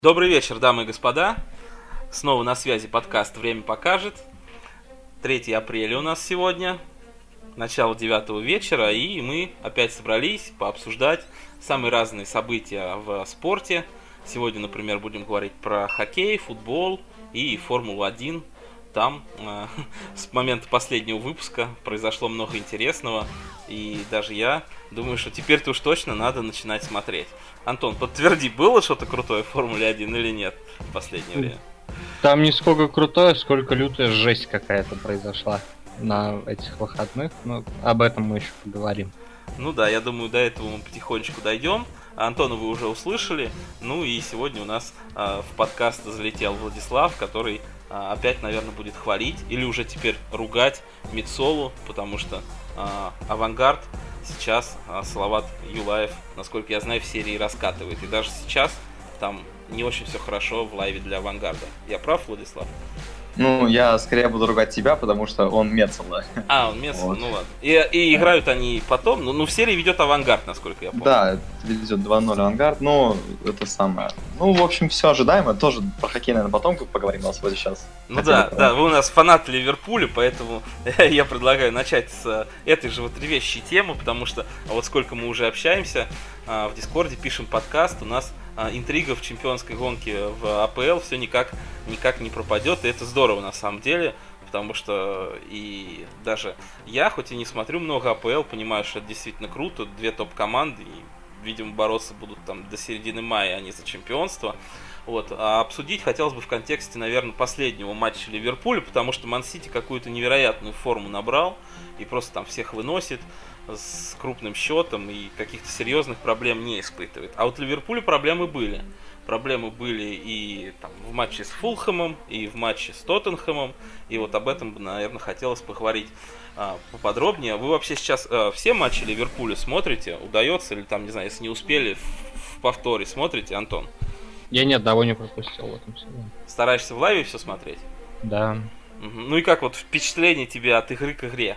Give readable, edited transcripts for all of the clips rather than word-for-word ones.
Добрый вечер, дамы и господа. Снова на связи подкаст «Время покажет». 3 апреля у нас сегодня, начало 9 вечера, и мы опять собрались пообсуждать самые разные события в спорте. Сегодня, например, будем говорить про хоккей, футбол и Формулу-1. Там с момента последнего выпуска произошло много интересного, и даже я думаю, что теперь-то уж точно надо начинать смотреть. Антон, подтверди, было что-то крутое в Формуле-1 или нет в последнее время? Там не сколько крутое, сколько лютая жесть какая-то произошла на этих выходных, но об этом мы еще поговорим. Ну да, я думаю, до этого мы потихонечку дойдем. Антона вы уже услышали. Ну и сегодня у нас в подкаст залетел Владислав, который опять, наверное, будет хвалить или уже теперь ругать Мицолу, потому что Авангард сейчас Салават Юлаев, насколько я знаю, в серии раскатывает. И даже сейчас там не очень все хорошо в лайве для Авангарда. Я прав, Владислав? Ну, я скорее буду ругать тебя, потому что он Мецела. Он Мецела, вот. Ну ладно. И играют они потом, ну в серии ведет Авангард, насколько я помню. Да, ведет 2-0 Авангард, но это самое... Ну, в общем, все ожидаемо. Тоже про хоккей, наверное, потом поговорим, у нас вот сейчас. Ну да, вы у нас фанат Ливерпуля, поэтому я предлагаю начать с этой же вот ревещей темы, потому что вот сколько мы уже общаемся в Дискорде, пишем подкаст, у нас интрига в чемпионской гонке в АПЛ все никак не пропадет, и это здорово на самом деле, потому что и даже я, хоть и не смотрю много АПЛ, понимаю, что это действительно круто, две топ-команды, и, видимо, бороться будут там до середины мая, а не за чемпионство. Вот. А обсудить хотелось бы в контексте, наверное, последнего матча Ливерпуля, потому что Ман-Сити какую-то невероятную форму набрал и просто там всех выносит с крупным счетом и каких-то серьезных проблем не испытывает. А вот у Ливерпуля проблемы были. Проблемы были и там, в матче с Фулхэмом, и в матче с Тоттенхэмом. И вот об этом, наверное, хотелось поговорить поподробнее. Вы вообще сейчас все матчи Ливерпуля смотрите? Удается или там, не знаю, если не успели, в повторе смотрите, Антон? Я ни одного не пропустил в этом сезоне. Стараешься в лайве все смотреть? Да. Угу. Ну и как вот впечатление тебе от игры к игре?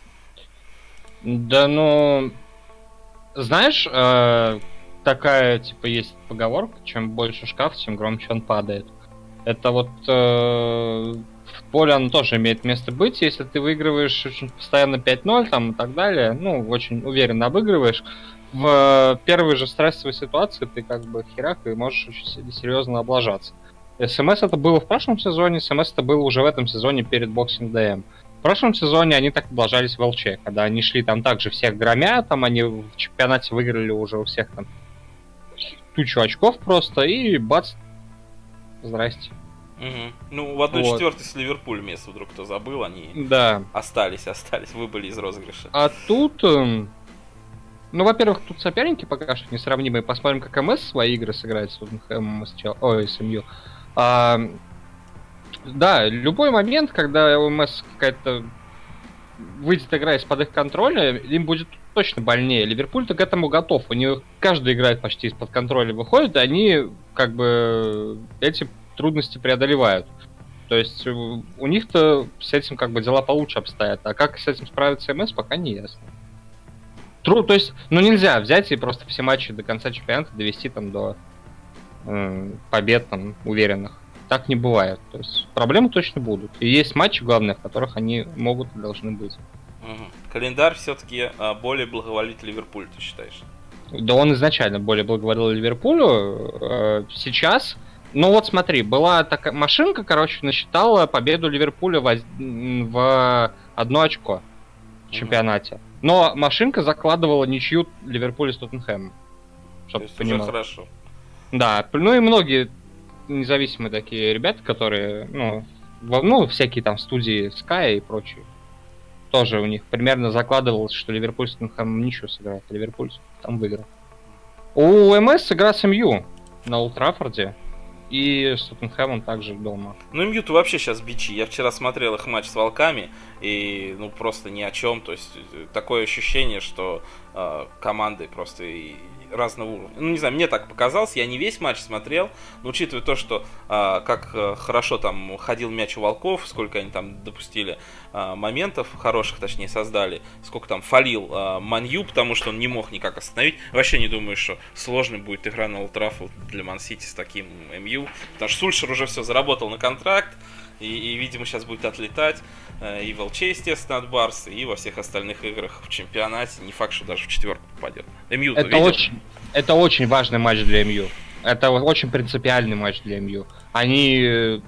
Да, ну... Знаешь, такая, типа, есть поговорка, чем больше шкаф, тем громче он падает. Это вот в поле оно тоже имеет место быть. Если ты выигрываешь очень постоянно 5-0 там и так далее, ну, очень уверенно обыгрываешь, в первой же стрессовой ситуации ты как бы херак и можешь очень серьезно облажаться. СМС это было в прошлом сезоне, СМС это было уже в этом сезоне перед Boxing Day. В прошлом сезоне они так облажались в ЛЧ, когда они шли там также всех громя, там они в чемпионате выиграли уже у всех там тучу очков просто, и бац, здрасте. Угу. Ну, в 1/4 с Ливерпулем, если вдруг кто забыл, они остались, выбыли из розыгрыша. А тут... Ну, во-первых, тут соперники пока что несравнимые. Посмотрим, как МС свои игры сыграет с Тоттенхэмом, с МЮ. Да, любой момент, когда у МС какая-то выйдет игра из-под их контроля, им будет точно больнее. Ливерпуль-то к этому готов. У них каждая игра почти из-под контроля выходит, и они как бы эти трудности преодолевают. То есть у них-то с этим как бы дела получше обстоят. А как с этим справится МС, пока не ясно. То есть, ну нельзя взять и просто все матчи до конца чемпионата довести там до побед там уверенных. Так не бывает. То есть проблемы точно будут. И есть матчи главные, в которых они могут и должны быть. Угу. Календарь все-таки более благоволит Ливерпулю, ты считаешь? Да он изначально более благоволил Ливерпулю. Сейчас, ну вот смотри, была такая машинка, короче, насчитала победу Ливерпуля в 1 очко в чемпионате. Но машинка закладывала ничью Ливерпуля с Тоттенхэмом. Чтобы ты понимал. Уже хорошо. Да, ну и многие независимые такие ребята, которые, всякие там студии Sky и прочие, тоже у них примерно закладывалось, что Ливерпуль с Тоттенхэмом ничего сыграет, а Ливерпуль там выиграл. У МС игра с МЮ на Олд Траффорде. И с Тоттенхэмом также дома. Ну, МЮ-то вообще сейчас бичи. Я вчера смотрел их матч с Волками, и просто ни о чем. То есть такое ощущение, что команды просто разного уровня. Ну, не знаю, мне так показалось, я не весь матч смотрел, но учитывая то, что как хорошо там ходил мяч у Волков, сколько они там допустили моментов хороших, точнее, создали, сколько там фалил Манью, потому что он не мог никак остановить. Вообще не думаю, что сложной будет игра на Олд Траффорд для Ман-Сити с таким МЮ, потому что Сульшер уже все заработал на контракт, и, видимо, сейчас будет отлетать и в ЛЧ, естественно, от Барса, и во всех остальных играх в чемпионате. Не факт, что даже в четверку попадет. МЮ ты видел? Это очень важный матч для МЮ. Это очень принципиальный матч для МЮ. Они...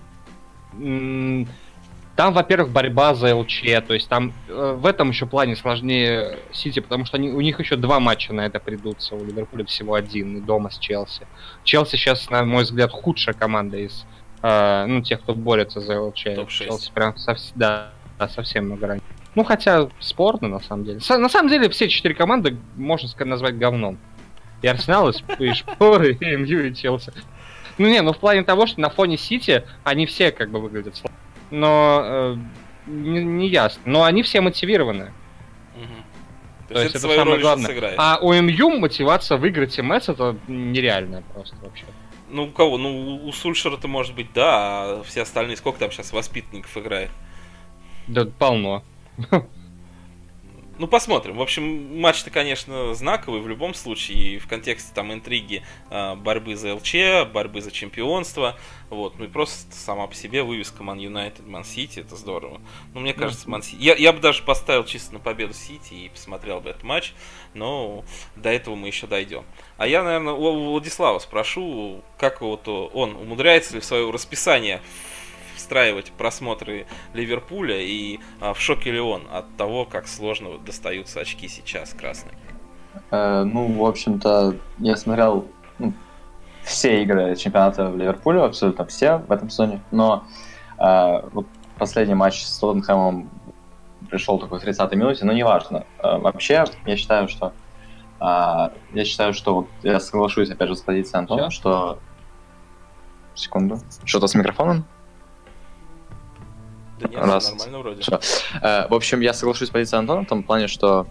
Там, во-первых, борьба за ЛЧ, то есть там в этом еще плане сложнее Сити, потому что у них еще 2 матча на это придутся, у Ливерпуля всего 1, и дома с Челси. Челси сейчас, на мой взгляд, худшая команда из тех, кто борется за ЛЧ. Челси прям совсем на грани. Ну, хотя спорно, на самом деле. На самом деле, все 4 команды можно назвать говном. И Арсенал, и Шпоры, и МЮ, и Челси. В плане того, что на фоне Сити они все как бы выглядят слабо. Но не ясно. Но они все мотивированы. Угу. То есть это самое главное. А у МЮ мотивация выиграть МС это нереальная просто вообще. Ну, у кого? Ну, у Сульшера-то может быть, да, а все остальные, сколько там сейчас воспитанников играет? Да, полно. Ну, посмотрим. В общем, матч-то, конечно, знаковый в любом случае, и в контексте там интриги борьбы за ЛЧ, борьбы за чемпионство, вот, ну и просто сама по себе вывеска Man United, Man City, это здорово. Ну, мне кажется, Man City... Я бы даже поставил чисто на победу Сити и посмотрел бы этот матч, но до этого мы еще дойдем. А я, наверное, у Владислава спрошу, как вот он умудряется ли в свое расписание встраивать просмотры Ливерпуля, и в шоке ли он от того, как сложно достаются очки сейчас красные? В общем-то, я смотрел все игры чемпионата в Ливерпуле, абсолютно все в этом сезоне, но вот последний матч с Тоттенхэмом пришел только в 30-й минуте, но неважно. Вообще, я считаю, что вот я соглашусь опять же с позицией Антона, что... Секунду. Что-то с микрофоном? Да нет, все нормально вроде. В общем, я соглашусь с позицией Антона в том плане, что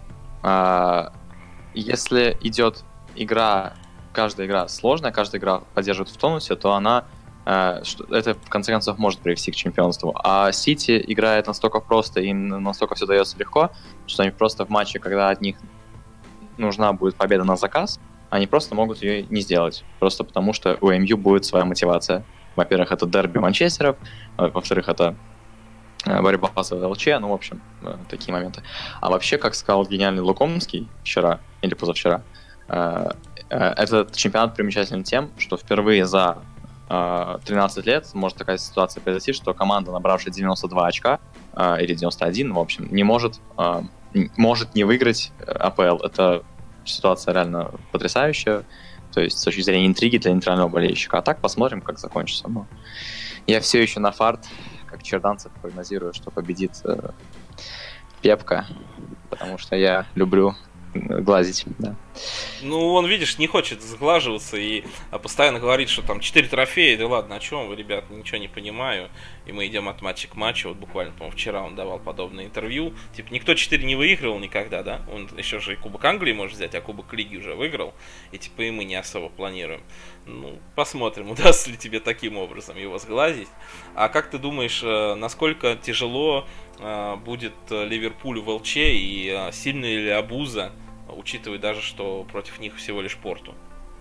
если идет игра, каждая игра сложная, каждая игра поддерживает в тонусе, то это в конце концов может привести к чемпионству. А Сити играет настолько просто, им настолько все дается легко, что они просто в матче, когда от них нужна будет победа на заказ, они просто могут ее не сделать. Просто потому, что у МЮ будет своя мотивация. Во-первых, это дерби Манчестеров, во-вторых, это борьба за ЛЧ, в общем, такие моменты. А вообще, как сказал гениальный Лукомский вчера или позавчера, этот чемпионат примечателен тем, что впервые за 13 лет может такая ситуация произойти, что команда, набравшая 92 очка, или 91, в общем, может не выиграть АПЛ. Это ситуация реально потрясающая, то есть с точки зрения интриги для нейтрального болельщика. А так посмотрим, как закончится. Но я все еще на фарт, как Черданцев, прогнозирую, что победит Пепка, потому что я люблю глазить, да. Ну, он, видишь, не хочет сглаживаться и постоянно говорит, что там 4 трофея, да ладно, о чем вы, ребят, ничего не понимаю, и мы идем от матча к матчу, вот буквально, по-моему, вчера он давал подобное интервью, типа, никто 4 не выигрывал никогда, да, он еще же и Кубок Англии может взять, а Кубок Лиги уже выиграл, и типа и мы не особо планируем. Ну, посмотрим, удастся ли тебе таким образом его сглазить. А как ты думаешь, насколько тяжело будет Ливерпулю в ЛЧ и сильная ли обуза, учитывая даже, что против них всего лишь Порту?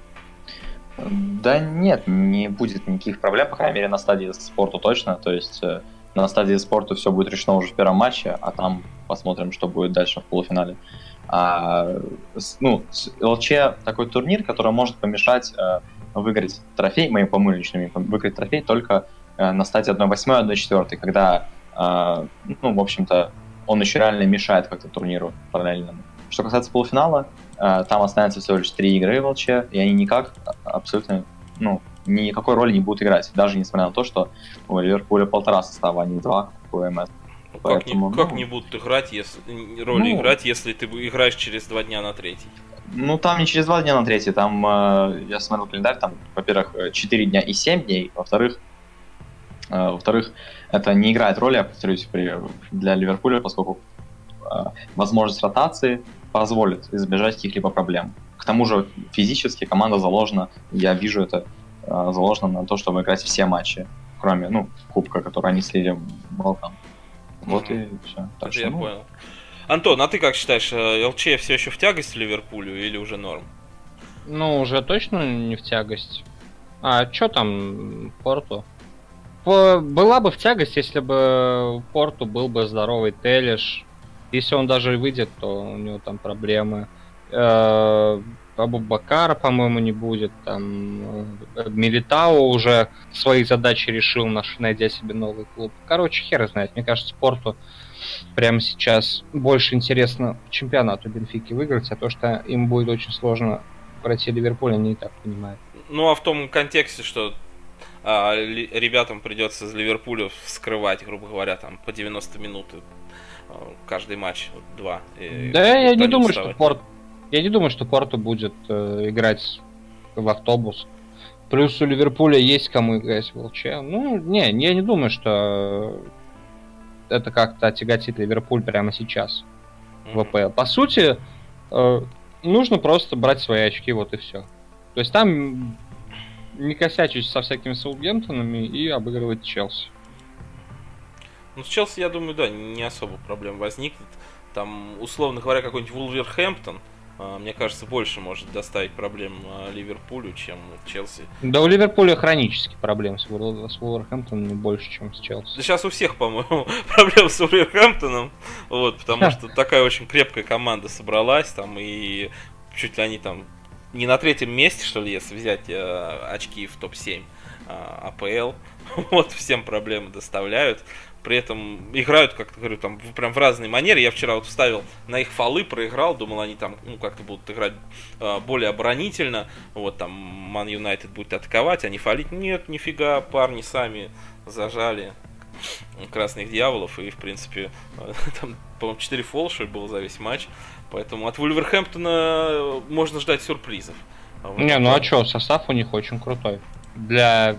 Да нет, не будет никаких проблем, по крайней мере, на стадии спорту точно. То есть на стадии спорту все будет решено уже в первом матче, а там посмотрим, что будет дальше в полуфинале. ЛЧ такой турнир, который может помешать выиграть трофей, по моему личному, выиграть трофей только на стадии 1/8, 1/4, когда, в общем-то, он еще реально мешает как-то турниру параллельному. Что касается полуфинала, там останется всего лишь 3 игры в ЛЧ, и они абсолютно, никакой роли не будут играть, даже несмотря на то, что у Ливерпуля 1,5 состава, а не 2, как у МС. Поэтому, как не будут играть, если ты играешь через 2 дня на третий? Там не через 2 дня на третий, там, я смотрел календарь, там, во-первых, 4 дня и 7 дней, во-вторых, это не играет роли, я повторюсь, для Ливерпуля, поскольку возможность ротации позволит избежать каких-либо проблем. К тому же физически команда заложена, я вижу это, заложено на то, чтобы играть все матчи, кроме, кубка, который они слили Балкан. Вот и все. Так что, я понял. Антон, а ты как считаешь, ЛЧ все еще в тягость Ливерпулю или уже норм? Ну, уже точно не в тягость. А что там Порту? Была бы в тягость, если бы Порту был бы здоровый Телеш. Если он даже выйдет, то у него там проблемы. Абубакара, по-моему, не будет. Там Милитао уже свои задачи решил, найдя себе новый клуб. Короче, хер знает. Мне кажется, Порту прямо сейчас больше интересно чемпионату Бенфики выиграть, а то, что им будет очень сложно пройти Ливерпуль, они и так понимают. Ну, а в том контексте, что ребятам придется из Ливерпуля вскрывать, грубо говоря, там по 90 минут каждый матч, 2. Да, я не думаю, что Порту будет играть в автобус. Плюс у Ливерпуля есть кому играть в ЛЧ. Ну, я не думаю, что это как-то тяготит Ливерпуль прямо сейчас в АПЛ. По сути, нужно просто брать свои очки, вот и все. То есть там не косячить со всякими Саутгемптонами и обыгрывать Челси. Ну, с Челси, я думаю, да, не особо проблем возникнет. Там, условно говоря, какой-нибудь Вулверхэмптон, мне кажется, больше может доставить проблем Ливерпулю, чем Челси. Да, у Ливерпуля хронические проблемы с Вулверхэмптоном больше, чем с Челси. Да сейчас у всех, по-моему, проблемы с Вулверхэмптоном, вот, потому что такая очень крепкая команда собралась, там, и чуть ли они там не на 3-м месте, что ли, если взять очки в топ-7 АПЛ, вот, всем проблемы доставляют. При этом играют, как я говорю, там прям в разные манеры. Я вчера вот вставил на их фолы, проиграл, думал, они там как-то будут играть более оборонительно. Вот там Ман Юнайтед будет атаковать, они фолить. Нет, нифига, парни сами зажали красных дьяволов. И, в принципе, там, по-моему, 4 фола, что ли, было за весь матч. Поэтому от Вулверхэмптона можно ждать сюрпризов. Не, ну а что, состав у них очень крутой. Для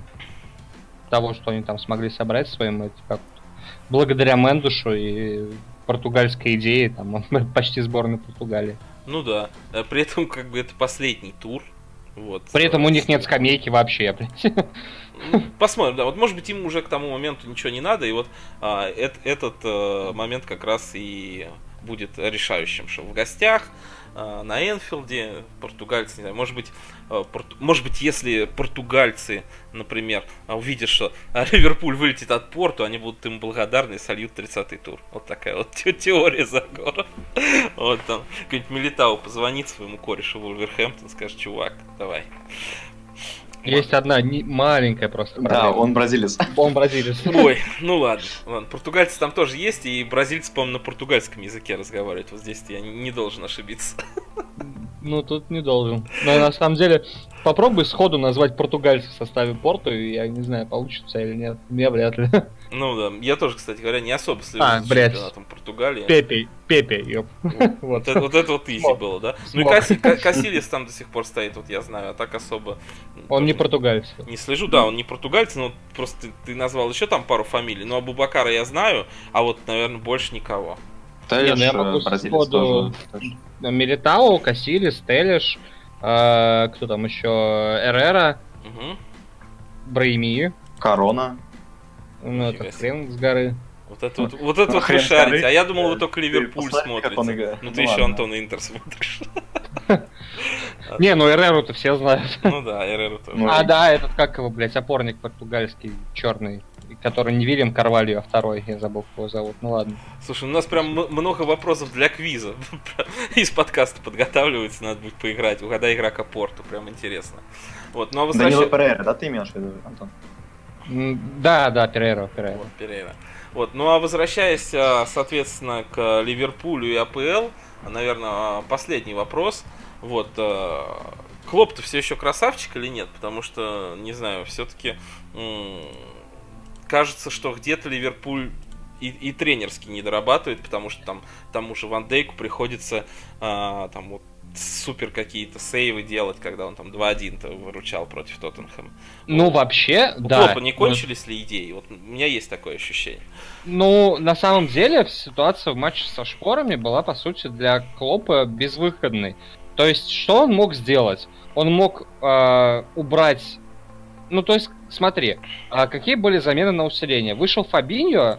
того, что они там смогли собрать своим, это как благодаря Мендушу и португальской идее, там он почти сборная Португалии. Ну да, при этом как бы это последний тур. Вот. При этом у них нет скамейки вообще, блядь. Посмотрим, да, вот может быть им уже к тому моменту ничего не надо, и вот этот момент как раз и будет решающим, что в гостях на Энфилде португальцы, не знаю, может быть, если португальцы, например, увидят, что Ливерпуль вылетит от Порту, они будут им благодарны и сольют 30-й тур. Вот такая вот теория заговора. Вот там какой-нибудь Милитао позвонит своему корешу Вулверхэмптон, скажет: чувак, давай. Есть одна маленькая просто проблема. Да, он бразилец. Он бразилец. Ой, ну ладно. Португальцы там тоже есть, и бразильцы, по-моему, на португальском языке разговаривают. Вот здесь я не должен ошибиться. Ну, тут не должен. Но на самом деле, попробуй сходу назвать португальцев в составе Порту, и я не знаю, получится или нет. Я вряд ли. Ну да, я тоже, кстати говоря, не особо слежу за чемпионатом Португалии. Пепе, ёп. Вот это вот изи было, да? Ну и Касильес там до сих пор стоит, вот я знаю, а так особо... Он не португальец. Не слежу, да, он не португальец, но просто ты назвал еще там пару фамилий. Ну, Абубакара я знаю, а вот, наверное, больше никого. Телеш, я могу бразилец тоже. Милитао, Касильес, Телеш, кто там еще? Эррера, Брейми. Корона. Ну, это хрен с горы. Вот это вот вы шарите. А я думал, вы только Ливерпуль смотрите. Ну ты еще, Антон, Интер смотришь. Не, ну Эрреру-то все знают. Ну да, Эрреру тоже. А, да, этот, как его, блядь, опорник португальский, черный, который не Вильям Карвальо, а второй, я забыл, как его зовут. Ну ладно. Слушай, у нас прям много вопросов для квиза. Из подкаста подготавливается, надо будет поиграть. Угадай игрока Порту, прям интересно. Вот, ну а Данило Перейра, да, ты имеешь в виду, Антон? Да, Перейра. Вот, Перейра. Вот, ну а возвращаясь, соответственно, к Ливерпулю и АПЛ, наверное, последний вопрос. Вот, Клоп-то все еще красавчик или нет? Потому что, не знаю, все-таки кажется, что где-то Ливерпуль и тренерский не дорабатывает, потому что там тому же Ван Дейку приходится там вот супер какие-то сейвы делать, когда он там 2-1-то выручал против Тоттенхэма. Ну, вообще, у да. Клопа не кончились ли идеи? Вот у меня есть такое ощущение. Ну, на самом деле, ситуация в матче со Шпорами была, по сути, для Клопа безвыходной. То есть, что он мог сделать? Он мог убрать... Ну, то есть, смотри, какие были замены на усиление? Вышел Фабиньо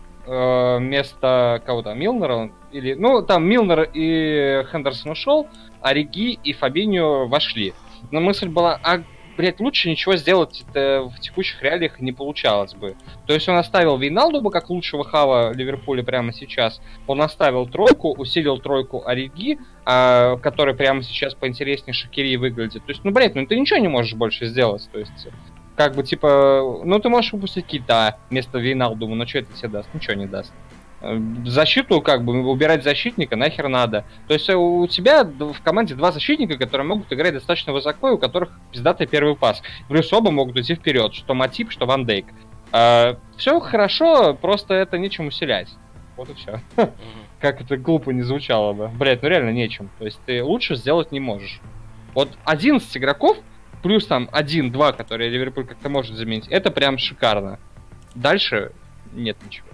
вместо кого-то, Милнера? Или, ну, там Милнер и Хендерсон ушел, а Ориги и Фабиньо вошли. Но мысль была, блять, лучше ничего сделать в текущих реалиях не получалось бы. То есть он оставил Вейналдума как лучшего хава Ливерпуля прямо сейчас. Он оставил тройку, усилил тройку Ориги, который прямо сейчас поинтереснее Шакири выглядит. То есть, ну, блять, ну ты ничего не можешь больше сделать. То есть, как бы, типа, ну ты можешь выпустить Кита вместо Вейналдума, но что это тебе даст? Ничего не даст. Защиту, как бы, убирать защитника нахер надо. То есть у тебя в команде два защитника, которые могут играть достаточно высоко, и у которых пиздатый первый пас. Плюс оба могут идти вперед, что Матип, что Ван Дейк. Все хорошо, просто это нечем усилять. Вот и все. Как это глупо не звучало бы. Блять, ну реально нечем. То есть ты лучше сделать не можешь. Вот 11 игроков, плюс там 1-2, которые Ливерпуль как-то может заменить, это прям шикарно. Дальше нет ничего.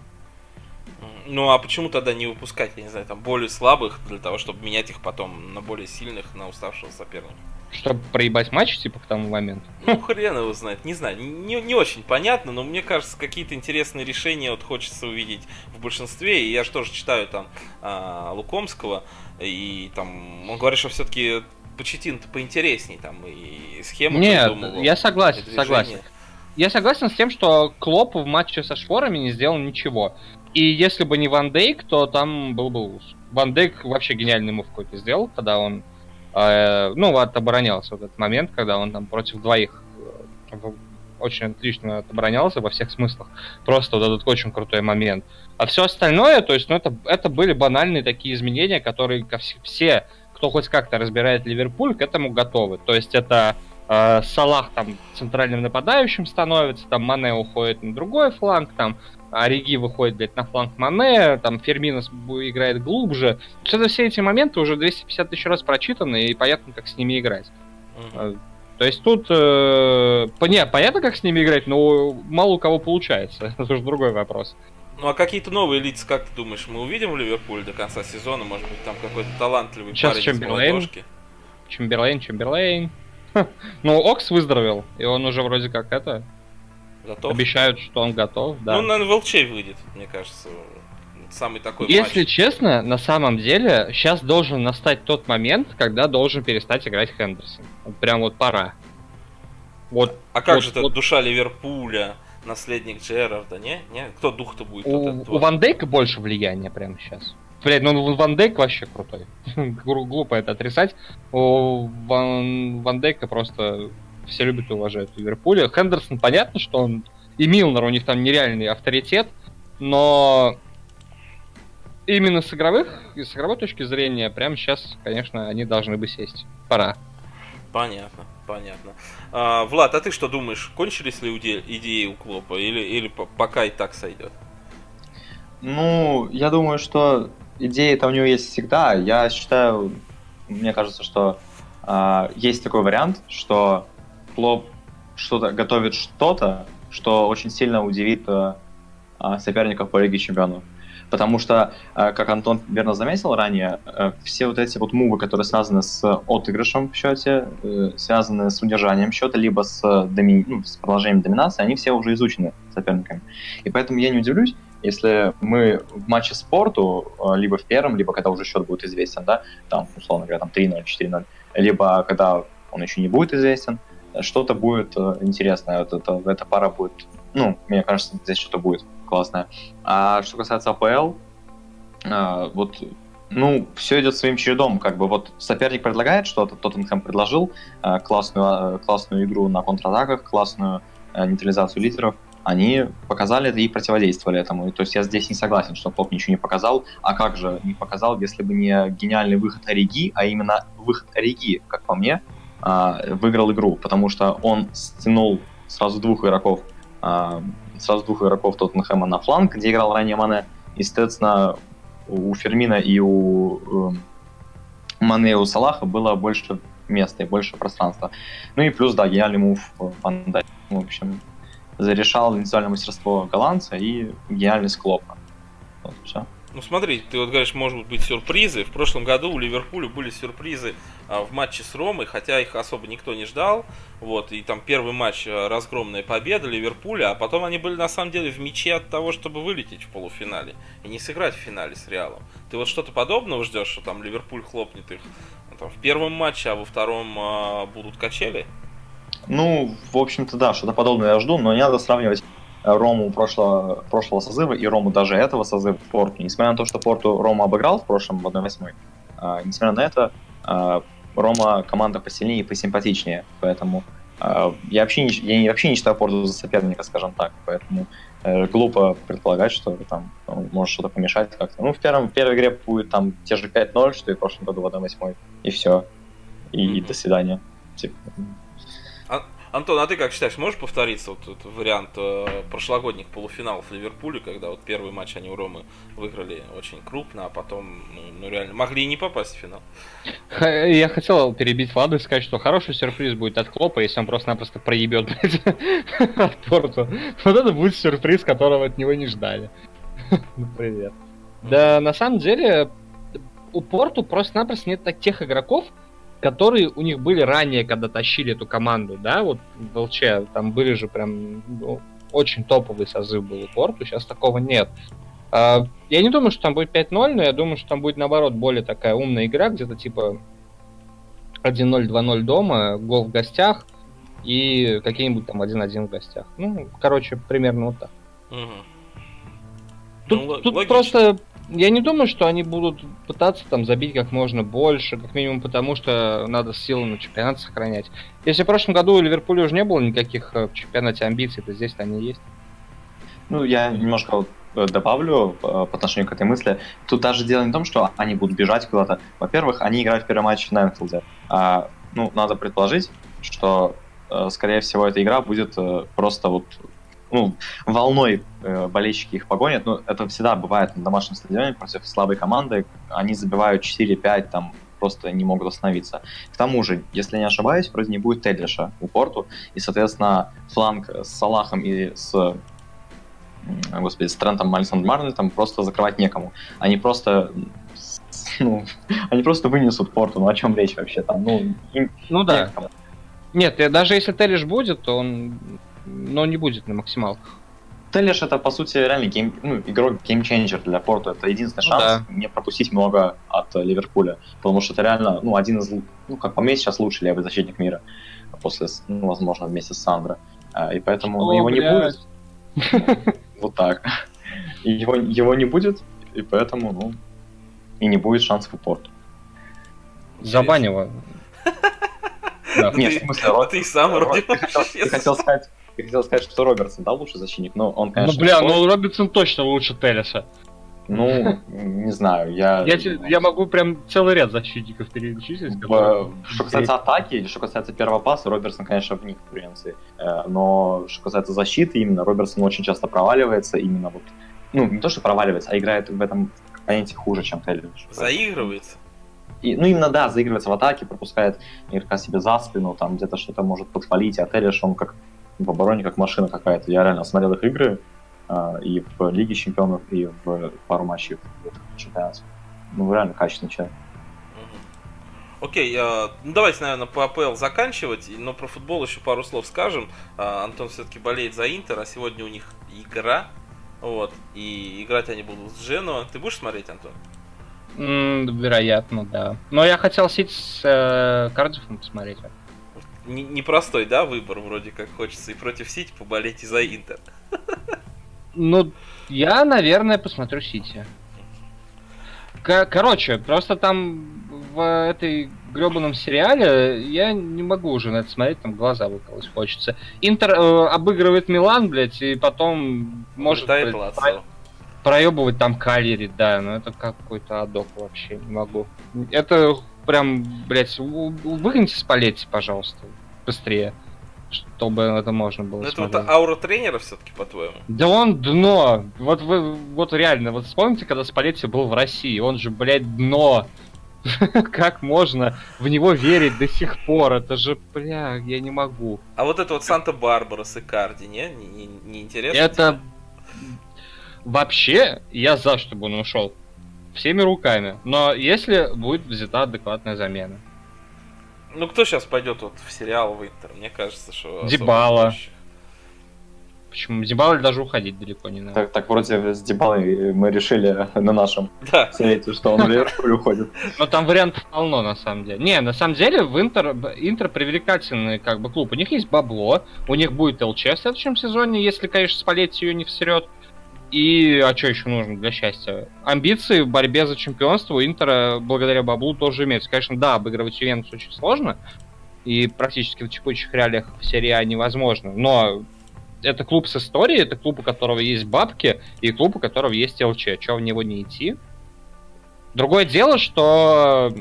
Ну а почему тогда не выпускать, я не знаю, там более слабых, для того, чтобы менять их потом на более сильных, на уставшего соперника? Чтобы проебать матч, типа, к тому моменту? Ну, хрен его знает, не знаю, не очень понятно, но мне кажется, какие-то интересные решения вот хочется увидеть в большинстве, и я же тоже читаю там Лукомского, и там он говорит, что все-таки Почеттино-то поинтересней, там, и схему придумывал. Нет, я согласен. Я согласен с тем, что Клоп в матче со Шворами не сделал ничего. И если бы не Ван Дейк, то там был бы луз. Ван Дейк вообще гениальный мув какой-то сделал, когда он отоборонялся в этот момент, когда он там против двоих очень отлично отоборонялся во всех смыслах. Просто вот этот очень крутой момент. А все остальное, то есть, ну, это были банальные такие изменения, которые все, кто хоть как-то разбирает Ливерпуль, к этому готовы. То есть это Салах там центральным нападающим становится, там Мане уходит на другой фланг, там Ориги выходит, блядь, на фланг Мане, там Фермино играет глубже. Все эти моменты уже 250 тысяч раз прочитаны, и понятно, как с ними играть. То есть тут понятно, как с ними играть, но мало у кого получается. Это уже другой вопрос. Ну а какие-то новые лица, как ты думаешь, мы увидим в Ливерпуле до конца сезона? Может быть, там какой-то талантливый сейчас парень из молодежки? Чемберлейн. Ну, Окс выздоровел, и он уже вроде как готов? Обещают, что он готов, да. Ну, наверное, в ЛЧ выйдет, мне кажется. Самый такой Если матч. честно, на самом деле, сейчас должен настать тот момент, когда должен перестать играть Хендерсон. Вот прям вот пора. Вот, а как же это душа Ливерпуля, наследник Джерарда, не? Кто дух-то будет? У Ван Дейка больше влияния прямо сейчас. Блять, ну Ван Дейк вообще крутой. Глупо это отрицать. У Ван Дейка просто все любят и уважают в Ливерпуле. Хендерсон, понятно, что он... И Милнер, у них там нереальный авторитет, но именно с игровой точки зрения, прямо сейчас, конечно, они должны бы сесть. Пора. Понятно. Влад, а ты что думаешь, кончились ли идеи у Клопа, или пока и так сойдет? Ну, я думаю, что идеи-то у него есть всегда. Я считаю, мне кажется, что есть такой вариант, что Клоп готовит что-то, что очень сильно удивит соперников по Лиге Чемпионов. Потому что, как Антон верно заметил ранее, все вот эти вот мувы, которые связаны с отыгрышем в счете, связаны с удержанием счета, либо с продолжением доминации, они все уже изучены соперниками. И поэтому я не удивлюсь, если мы в матче спорту, либо в первом, либо когда уже счет будет известен, да, там, условно говоря, там 3-0, 4-0, либо когда он еще не будет известен, что-то будет интересное. Эта пара будет, ну, мне кажется, здесь что-то будет классное. А что касается АПЛ, все идет своим чередом. Как бы вот соперник предлагает что-то, Тоттенхэм предложил классную игру на контратаках, классную нейтрализацию лидеров. Они показали это и противодействовали этому. И, то есть я здесь не согласен, что Клоп ничего не показал. А как же не показал, если бы не гениальный выход Ориги, а именно выход Ориги, как по мне, выиграл игру, потому что он стянул сразу двух игроков Тоттенхэма на фланг, где играл ранее Мане, и, соответственно, у Фермина и у Мане и у Салаха было больше места и больше пространства. Ну и плюс, да, гениальный мув Ван Дайк. В общем, зарешал индивидуальное мастерство голландца и гениальность Клопа. Вот, все. Ну смотри, ты вот говоришь, может быть сюрпризы. В прошлом году у Ливерпуля были сюрпризы в матче с Ромой, хотя их особо никто не ждал. Вот, и там первый матч разгромная победа Ливерпуля, а потом они были на самом деле в мяче от того, чтобы вылететь в полуфинале и не сыграть в финале с Реалом. Ты вот что-то подобного ждешь, что там Ливерпуль хлопнет их там, в первом матче, а во втором будут качели? Ну, в общем-то, да, что-то подобное я жду, но не надо сравнивать Рому прошлого созыва и Рому даже этого созыва в Порту. Несмотря на то, что Порту Рома обыграл в прошлом в 1/8, несмотря на это, Рома команда посильнее и посимпатичнее, поэтому я вообще не считаю Порту за соперника, скажем так, поэтому глупо предполагать, что там может что-то помешать как-то. Ну, в первой игре будет там те же 5-0, что и в прошлом году в 1/8, и все. И до свидания. Типа. Антон, а ты как считаешь, можешь повториться вот этот вариант прошлогодних полуфиналов Ливерпуля, когда вот первый матч они у Ромы выиграли очень крупно, а потом, ну реально, могли и не попасть в финал? Я хотел перебить Владу и сказать, что хороший сюрприз будет от Клопа, если он просто-напросто проебет, блядь, от Порту. Вот это будет сюрприз, которого от него не ждали. Ну, привет. Да, на самом деле, у Порту просто-напросто нет тех игроков, которые у них были ранее, когда тащили эту команду, да, вот в ЛЧ, там были же прям очень топовый созыв был у Порту, сейчас такого нет. Я не думаю, что там будет 5-0, но я думаю, что там будет, наоборот, более такая умная игра, где-то типа 1-0, 2-0 дома, гол в гостях и какие-нибудь там 1-1 в гостях. Ну, короче, примерно вот так. Тут просто... Я не думаю, что они будут пытаться там забить как можно больше, как минимум потому, что надо силы на чемпионат сохранять. Если в прошлом году у Ливерпуля уже не было никаких в чемпионате амбиций, то здесь они есть. Ну, я немножко добавлю по отношению к этой мысли. Тут даже дело не в том, что они будут бежать куда-то. Во-первых, они играют в первый матч на Энфилде. Ну, надо предположить, что, скорее всего, эта игра будет просто вот... Ну, волной болельщики их погонят, но это всегда бывает на домашнем стадионе против слабой команды, они забивают 4-5, там просто не могут остановиться. К тому же, если не ошибаюсь, вроде не будет Теллиша у Порту, и, соответственно, фланг с Салахом и с Трентом Александр-Арнольдом просто закрывать некому. Они просто вынесут Порту, ну о чем речь вообще там, ну да. Некому. Нет, даже если Теллиш будет, то он... Но не будет на максималках. Теллиш это, по сути, реально игрок геймченджер для Порту. Это единственный шанс не пропустить много от Ливерпуля. Потому что это реально, один из, как по мне, сейчас лучший левый защитник мира. После, возможно, вместе с Сандро. И поэтому его не будет. Вот так. Его не будет, и поэтому, и не будет шансов у Порту. Забань его. Нет, в смысле, ты сам вроде я хотел сказать, что Робертсон, да, лучший защитник, но он, конечно... Робертсон точно лучше Теллиша. Ну, не знаю, Я могу прям целый ряд защитников перечислить. Что касается атаки, что касается первого паса, Робертсон, конечно, вне конкуренции. Но что касается защиты, именно Робертсон очень часто проваливается, именно вот... Ну, не то, что проваливается, а играет в этом компоненте хуже, чем Теллиш. Заигрывается. Именно, да, заигрывается в атаке, пропускает игрока себе за спину, там где-то что-то может подхвалить, а Теллиш, он как в обороне, как машина какая-то. Я реально смотрел их игры и в Лиге Чемпионов, и в пару матчей в чемпионате. Ну, реально качественный человек. Окей, давайте, наверное, по АПЛ заканчивать, но про футбол еще пару слов скажем. Антон все-таки болеет за Интер, а сегодня у них игра, вот, и играть они будут с Дженуа. Ты будешь смотреть, Антон? Вероятно, да. Но я хотел Сити с Кардифом посмотреть. Непростой, да, выбор, вроде как хочется и против Сити поболеть, и за Интер. Ну, я, наверное, посмотрю Сити. Короче, просто там в этой гребаном сериале я не могу уже на это смотреть, там глаза выколоть хочется. Интер обыгрывает Милан, блядь, и потом может проебывать там Кальяри, да, но это какой-то адок вообще, не могу. Это прям, блядь, выгоните Спалетти, пожалуйста, быстрее, чтобы это можно было смотреть. Это вот аура тренера все-таки, по-твоему? Да он дно! Вот реально, вот вспомните, когда Спалетти был в России, он же, блядь, дно! Как можно в него верить до сих пор? Это же, бля, я не могу. А вот это вот Санта-Барбара с Икарди, не интересно? Это... Вообще, я за, чтобы он ушел. Всеми руками. Но если будет взята адекватная замена. Ну, кто сейчас пойдет вот в сериал в Интер? Мне кажется, что... Дибала. Почему? Дибала даже уходить далеко не надо. Так вроде с Дибалой мы решили на нашем совете, что он в Ливерпуль уходит. Но там вариантов полно, на самом деле. Не, на самом деле, в Интер привлекательный как бы клуб. У них есть бабло, у них будет ЛЧ в следующем сезоне, если, конечно, Спалетти ее не всерет. И, а что еще нужно для счастья? Амбиции в борьбе за чемпионство у Интера благодаря баблу тоже имеются. Конечно, да, обыгрывать Ювентус очень сложно, и практически в текущих реалиях в серии А невозможно, но это клуб с историей, это клуб, у которого есть бабки, и клуб, у которого есть ЛЧ. Чего в него не идти? Другое дело, что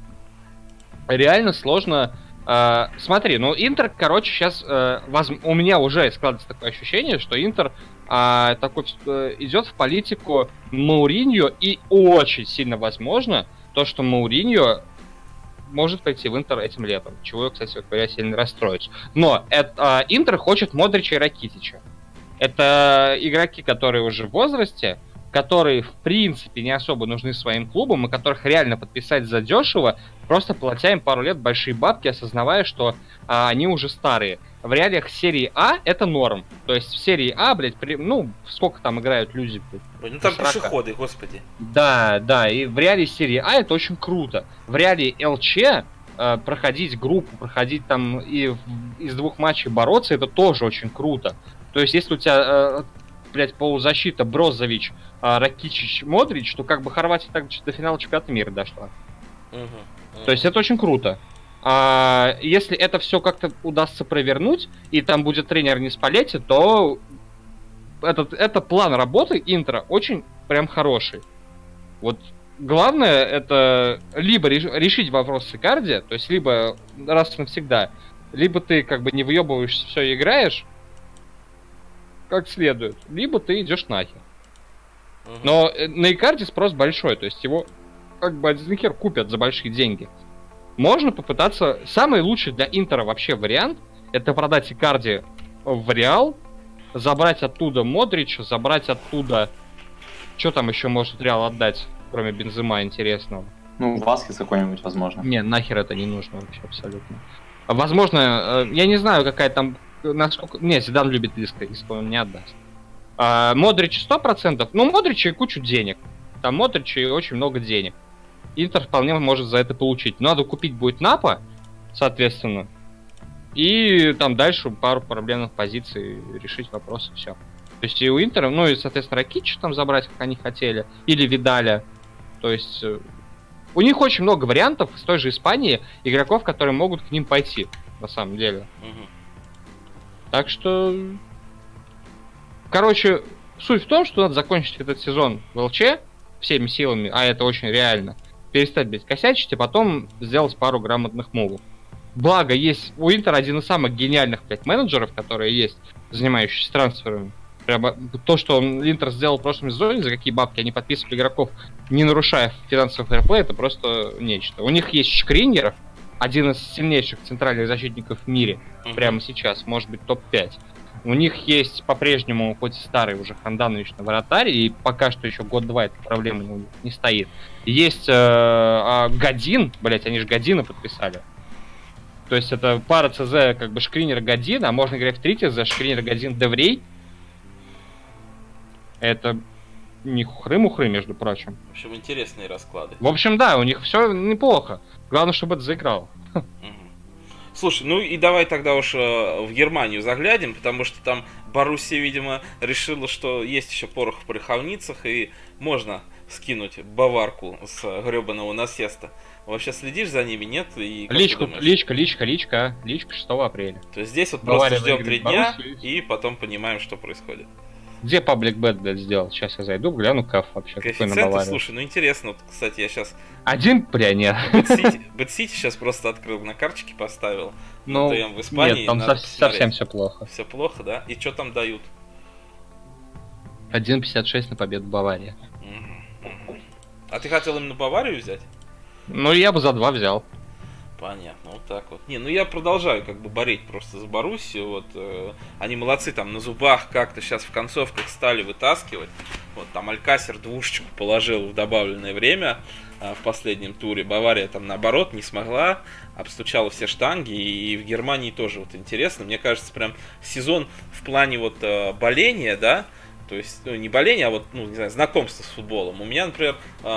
реально сложно... Смотри, ну Интер, короче, сейчас... у меня уже складывается такое ощущение, что Интер такой идет в политику Мауриньо, и очень сильно возможно то, что Мауриньо может пойти в Интер этим летом, чего, кстати говоря, сильно расстроить. Но Интер хочет Модрича и Ракитича. Это игроки, которые уже в возрасте, которые, в принципе, не особо нужны своим клубам, и которых реально подписать задешево, просто платя им пару лет большие бабки, осознавая, что они уже старые. В реалиях серии А это норм. То есть в серии А, блядь, сколько там играют люди? Ну там пешеходы, господи. Да, и в реалии серии А это очень круто. В реалии ЛЧ проходить группу, проходить там и из 2 матчей бороться, это тоже очень круто. То есть если у тебя, блядь, полузащита Брозович, Ракичич, Модрич, то как бы Хорватия так до финала чемпионата мира дошла. То есть это очень круто. Если это все как-то удастся провернуть, и там будет тренер не Спалетти, то это план работы Интера очень прям хороший. Вот главное это либо решить вопрос с Икарди, то есть либо раз и навсегда, либо ты как бы не выебываешься, все и играешь как следует, либо ты идешь нахер. Но на Икарди спрос большой, то есть его как бы один хер купят за большие деньги. Можно попытаться... Самый лучший для Интера вообще вариант — это продать Икарди в Реал, забрать оттуда Модрича, забрать оттуда... Что там еще может Реал отдать, кроме Бензема интересного? Ну, Васкес какой-нибудь, возможно. Не, нахер это не нужно вообще абсолютно. Возможно, я не знаю, какая там... Насколько... Не, Зидан любит Иско он не отдаст. Модрич 100%. Ну, Модрича и кучу денег. Там Модрича и очень много денег. Интер вполне может за это получить. Надо купить будет Напа, соответственно. И там дальше пару проблемных позиций решить вопросы, все. То есть и у Интера, ну и, соответственно, Ракича там забрать, как они хотели. Или Видаля. То есть у них очень много вариантов из той же Испании, игроков, которые могут к ним пойти, на самом деле. Так что... Короче, суть в том, что надо закончить этот сезон в ЛЧ всеми силами, а это очень реально. Перестать, блядь, косячить, и потом сделать пару грамотных мувов. Благо, есть у Интера один из самых гениальных, блядь, менеджеров, которые есть, занимающиеся трансферами. Прямо то, что Интер сделал в прошлом сезоне, за какие бабки они подписывали игроков, не нарушая финансовый фэрплей, это просто нечто. У них есть Шкриньер, один из сильнейших центральных защитников в мире, прямо сейчас, может быть, топ-5. У них есть по-прежнему, хоть и старый уже Ханданович на вратаре, и пока что еще год-два эта проблема у них не стоит. Есть Годин, блять, они же Година подписали. То есть это пара ЦЗ как бы Шкринер Годин, а можно играть в 3 ЦЗ Шкринер Годин Деврей. Это не хухры-мухры, между прочим. В общем, интересные расклады. В общем, да, у них все неплохо. Главное, чтобы это заиграло. Слушай, ну и давай тогда уж в Германию заглянем, потому что там Боруссия, видимо, решила, что есть еще порох в пороховницах, и можно скинуть баварку с гребаного насеста. Вообще следишь за ними, нет? И личка 6 апреля. То есть здесь вот Бавария просто ждем 3 дня, Боруссию, и потом понимаем, что происходит. Где паблик бет, блядь, сделал? Сейчас я зайду, гляну каф вообще. Какой на Баварию. Слушай, ну интересно, вот, кстати, я сейчас... Один прянер. Бэтсити сейчас просто открыл, на карточке поставил. Ну, в Испании, нет, там совсем все плохо. Все плохо, да? И что там дают? 1.56 на победу Баварии. А ты хотел именно Баварию взять? Ну, я бы за 2 взял. Понятно, вот так вот. Не, ну я продолжаю как бы болеть просто за Боруссию. Вот они молодцы, там на зубах как-то сейчас в концовках стали вытаскивать. Вот там Алькасер 2 положил в добавленное время. в последнем туре. Бавария там наоборот не смогла, обстучала все штанги, и в Германии тоже вот интересно. Мне кажется, прям сезон в плане вот боления, да, то есть, ну, не боление, а вот, ну, не знаю, знакомство с футболом. У меня, например,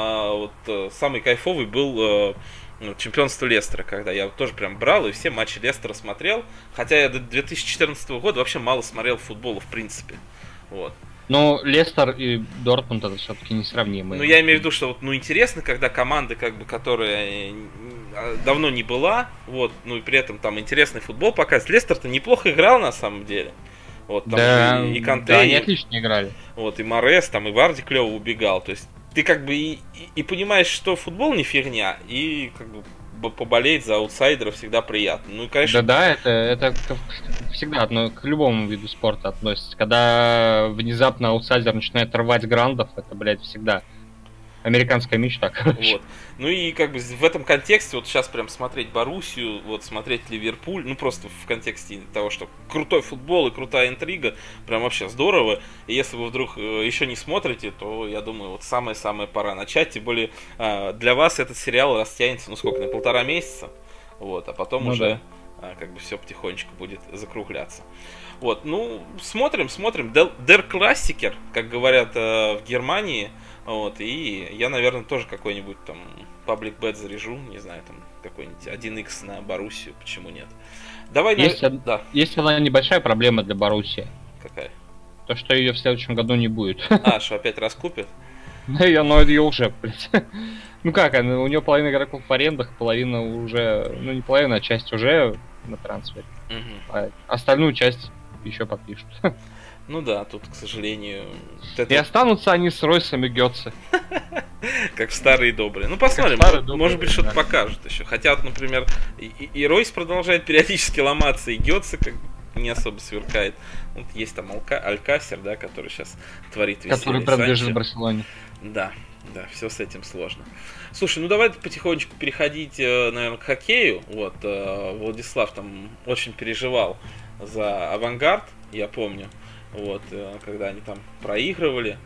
самый кайфовый был чемпионство Лестера, когда я тоже прям брал и все матчи Лестера смотрел. Хотя я до 2014 года вообще мало смотрел футбола в принципе. Вот. Ну, Лестер и Дортмунд это все-таки несравнимые. Ну, я имею в виду, что вот, ну, интересно, когда команда, как бы, которая давно не была, вот, ну и при этом там интересный футбол показывает. Лестер-то неплохо играл на самом деле. Вот, там да, и Канте, да, они отлично играли. Вот, и Морес, там, и Варди клево убегал. То есть ты как бы и понимаешь, что футбол не фигня, и как бы поболеть за аутсайдера всегда приятно. Ну и, конечно... Да, это всегда к любому виду спорта относится. Когда внезапно аутсайдер начинает рвать грандов, это, блядь, всегда американская мечта, короче. Вот. Ну и как бы в этом контексте, вот сейчас прям смотреть Боруссию, вот смотреть Ливерпуль, ну просто в контексте того, что крутой футбол и крутая интрига, прям вообще здорово. И если вы вдруг еще не смотрите, то я думаю, вот самая-самая пора начать. Тем более для вас этот сериал растянется, ну сколько, на 1,5 месяца. Вот, а потом уже как бы все потихонечку будет закругляться. Вот, ну, смотрим. Der Klassiker, как говорят в Германии. Вот, и я, наверное, тоже какой-нибудь там паблик бет заряжу, не знаю, там какой-нибудь 1x на Боруссию, почему нет. Давай, да. Есть одна небольшая проблема для Боруссии. Какая? То, что ее в следующем году не будет. Что опять раскупят? Но ее уже, блядь. Ну как, у нее половина игроков в арендах, половина уже, ну не половина, а часть уже на трансфере. А остальную часть еще подпишут. Ну да, тут, к сожалению... И останутся они с Ройсом и Гётце. Как в старые добрые. Ну посмотрим, может быть что-то покажут еще. Хотя, вот, например, и Ройс продолжает периодически ломаться, и Гётце как не особо сверкает. Вот есть там Алькасер, да, который сейчас творит веселье. Который принадлежит Барселоне. Да, все с этим сложно. Слушай, ну давай потихонечку переходить, наверное, к хоккею. Вот, Владислав там очень переживал за Авангард, я помню. Вот, когда они там проигрывали,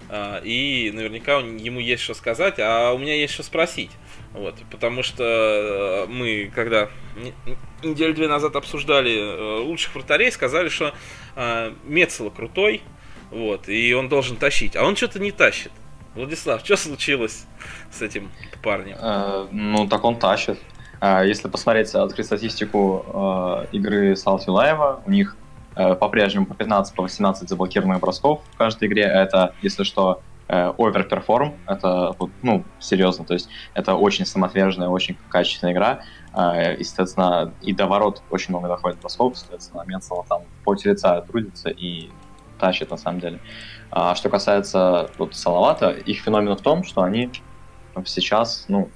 и наверняка ему есть что сказать, а у меня есть что спросить, вот, потому что мы, когда неделю-две назад обсуждали лучших вратарей, сказали, что Мецела крутой, вот, и он должен тащить, а он что-то не тащит. Владислав, что случилось с этим парнем? Ну, так он тащит. Если посмотреть, открыть статистику игры Салт Юлаева, у них по-прежнему по 15, по 18 заблокированных бросков в каждой игре. Это, если что, оверперформ. Это, ну, серьезно. То есть это очень самоотверженная, очень качественная игра. И, соответственно, и до ворот очень много доходит бросков. Соответственно, Мецела там в поте лица трудится и тащит на самом деле. А что касается вот Салавата, их феномен в том, что они сейчас, ну,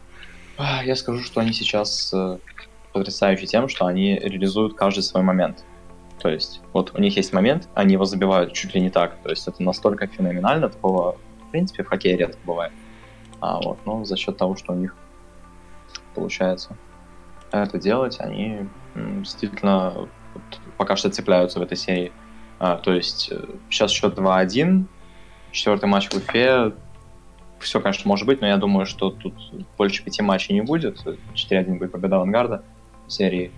я скажу, что они сейчас потрясающие тем, что они реализуют каждый свой момент. То есть, вот у них есть момент, они его забивают чуть ли не так. То есть это настолько феноменально, такого, в принципе, в хоккее редко бывает. Но за счет того, что у них получается это делать, они действительно вот, пока что цепляются в этой серии. То есть сейчас счет 2-1, 4-й матч в Уфе. Все, конечно, может быть, но я думаю, что тут больше 5 матчей не будет. 4-1 будет победа Авангарда в серии.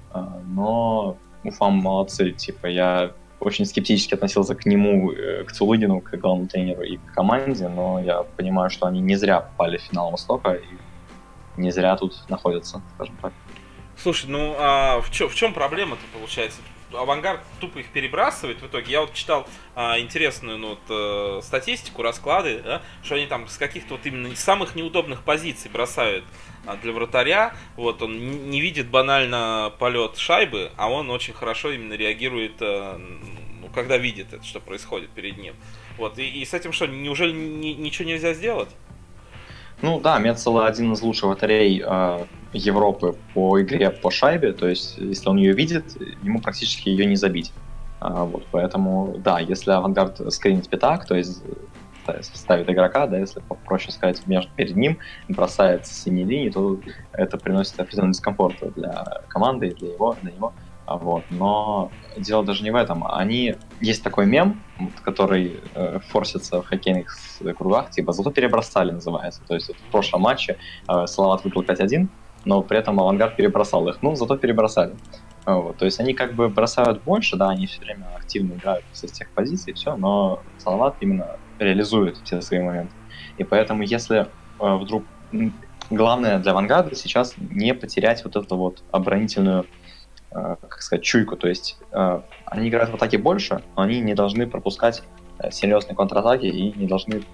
Но Уфа молодцы, типа, я очень скептически относился к нему, к Цулыгину, к главному тренеру и к команде, но я понимаю, что они не зря попали в финал Востока и не зря тут находятся, скажем так. Слушай, ну а в чем проблема-то получается? Авангард тупо их перебрасывает в итоге. Я вот читал интересную статистику, расклады, да, что они там с каких-то вот именно самых неудобных позиций бросают для вратаря. Вот он не видит банально полет шайбы, а он очень хорошо именно реагирует, когда видит это, что происходит перед ним. Вот, и с этим что, неужели ничего нельзя сделать? Ну да, Мецела один из лучших вратарей Европы по игре по шайбе, то есть если он ее видит, ему практически ее не забить. Вот, поэтому, да, если Авангард скринит пятак, то есть ставит игрока, да, если проще сказать, перед ним бросает с синей линии, то это приносит определенный дискомфорт для команды, для него. Вот. Но дело даже не в этом. Есть такой мем, который форсится в хоккейных кругах, типа «Зато перебросали» называется. То есть вот в прошлом матче Салават выиграл 5-1, но при этом Авангард перебросал их. Ну, зато перебросали. Вот. То есть они как бы бросают больше, да, они все время активно играют со всех позиций, все, но Салават именно реализует все свои моменты. И поэтому если вдруг... Главное для Авангарда сейчас не потерять вот эту вот оборонительную, как сказать, чуйку. То есть они играют в атаке больше, но они не должны пропускать серьезные контратаки и не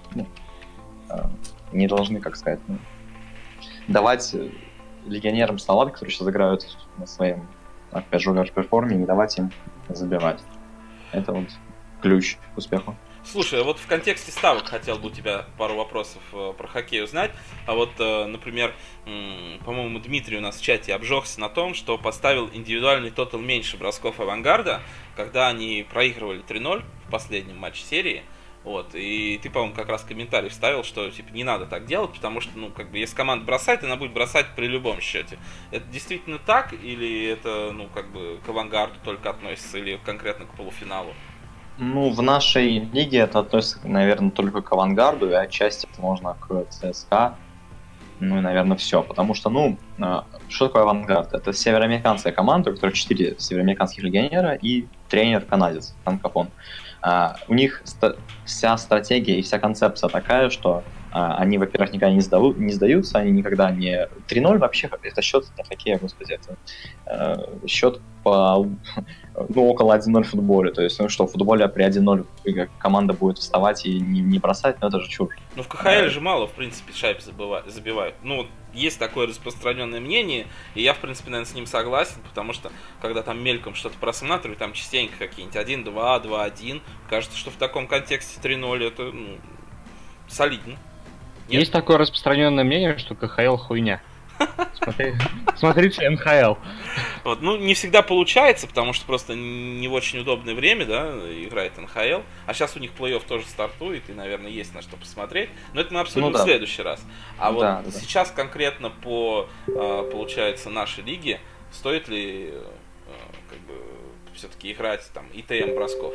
должны, как сказать, давать легионерам Салавата, которые сейчас играют на своем, опять же, оверперформе, не давать им забивать. Это вот ключ к успеху. Слушай, а вот в контексте ставок хотел бы у тебя пару вопросов про хоккей узнать. А вот, например, по-моему, Дмитрий у нас в чате обжегся на том, что поставил индивидуальный тотал меньше бросков Авангарда, когда они проигрывали 3-0 в последнем матче серии. Вот, и ты, по-моему, как раз комментарий вставил, что типа не надо так делать, потому что, ну, как бы, если команда бросает, она будет бросать при любом счете. Это действительно так, или это, ну, как бы, к Авангарду только относится, или конкретно к полуфиналу? Ну, в нашей лиге это относится, наверное, только к Авангарду, и отчасти это можно к ЦСКА. Ну и, наверное, все. Потому что, что такое Авангард? Это североамериканская команда, у которой 4 североамериканских легионера и тренер-канадец, франкофон. У них вся стратегия и вся концепция такая, что они, во-первых, никогда не сдаются, они никогда не... 3-0 вообще, это счет для хоккея, господи, это счет по, около 1-0 в футболе. То есть, что в футболе при 1-0 команда будет вставать и не бросать, но это же чушь. Ну, в КХЛ же мало, в принципе, шайб забивают. Ну, есть такое распространенное мнение, и я, в принципе, наверное, с ним согласен, потому что, когда там мельком что-то просматриваю, там частенько какие-нибудь 1-2, 2-1, кажется, что в таком контексте 3-0 это, солидно. Нет? Есть такое распространенное мнение, что КХЛ хуйня. Смотрите НХЛ. Вот, не всегда получается, потому что просто не в очень удобное время, да, играет НХЛ. А сейчас у них плей-офф тоже стартует, и, наверное, есть на что посмотреть. Но это мы обсудим в следующий раз. А вот сейчас конкретно по, получается, нашей лиге, стоит ли все-таки играть там ИТМ бросков?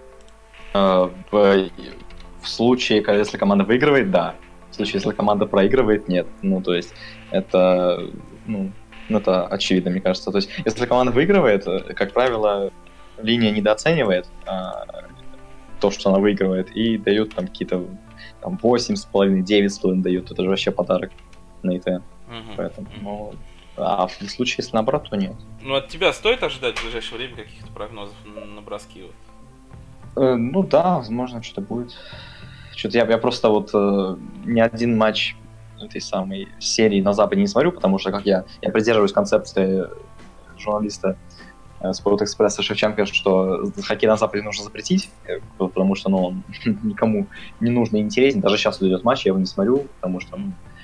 В случае, если команда выигрывает, да. В случае, если команда проигрывает, нет. Ну, то есть, это очевидно, мне кажется. То есть, если команда выигрывает, как правило, линия недооценивает то, что она выигрывает, и дают там какие-то 8,5, 9,5 дают. Это же вообще подарок на ИТ. Поэтому, а в случае, если наоборот, то нет. Ну, от тебя стоит ожидать в ближайшее время каких-то прогнозов на броски? Да, возможно, что-то будет. Что-то я просто ни один матч этой самой серии на Западе не смотрю, потому что как я придерживаюсь концепции журналиста Спортэкспресса Шевченко, что хоккей на Западе нужно запретить, потому что он никому не нужно и интересен. Даже сейчас идет матч, я его не смотрю, потому что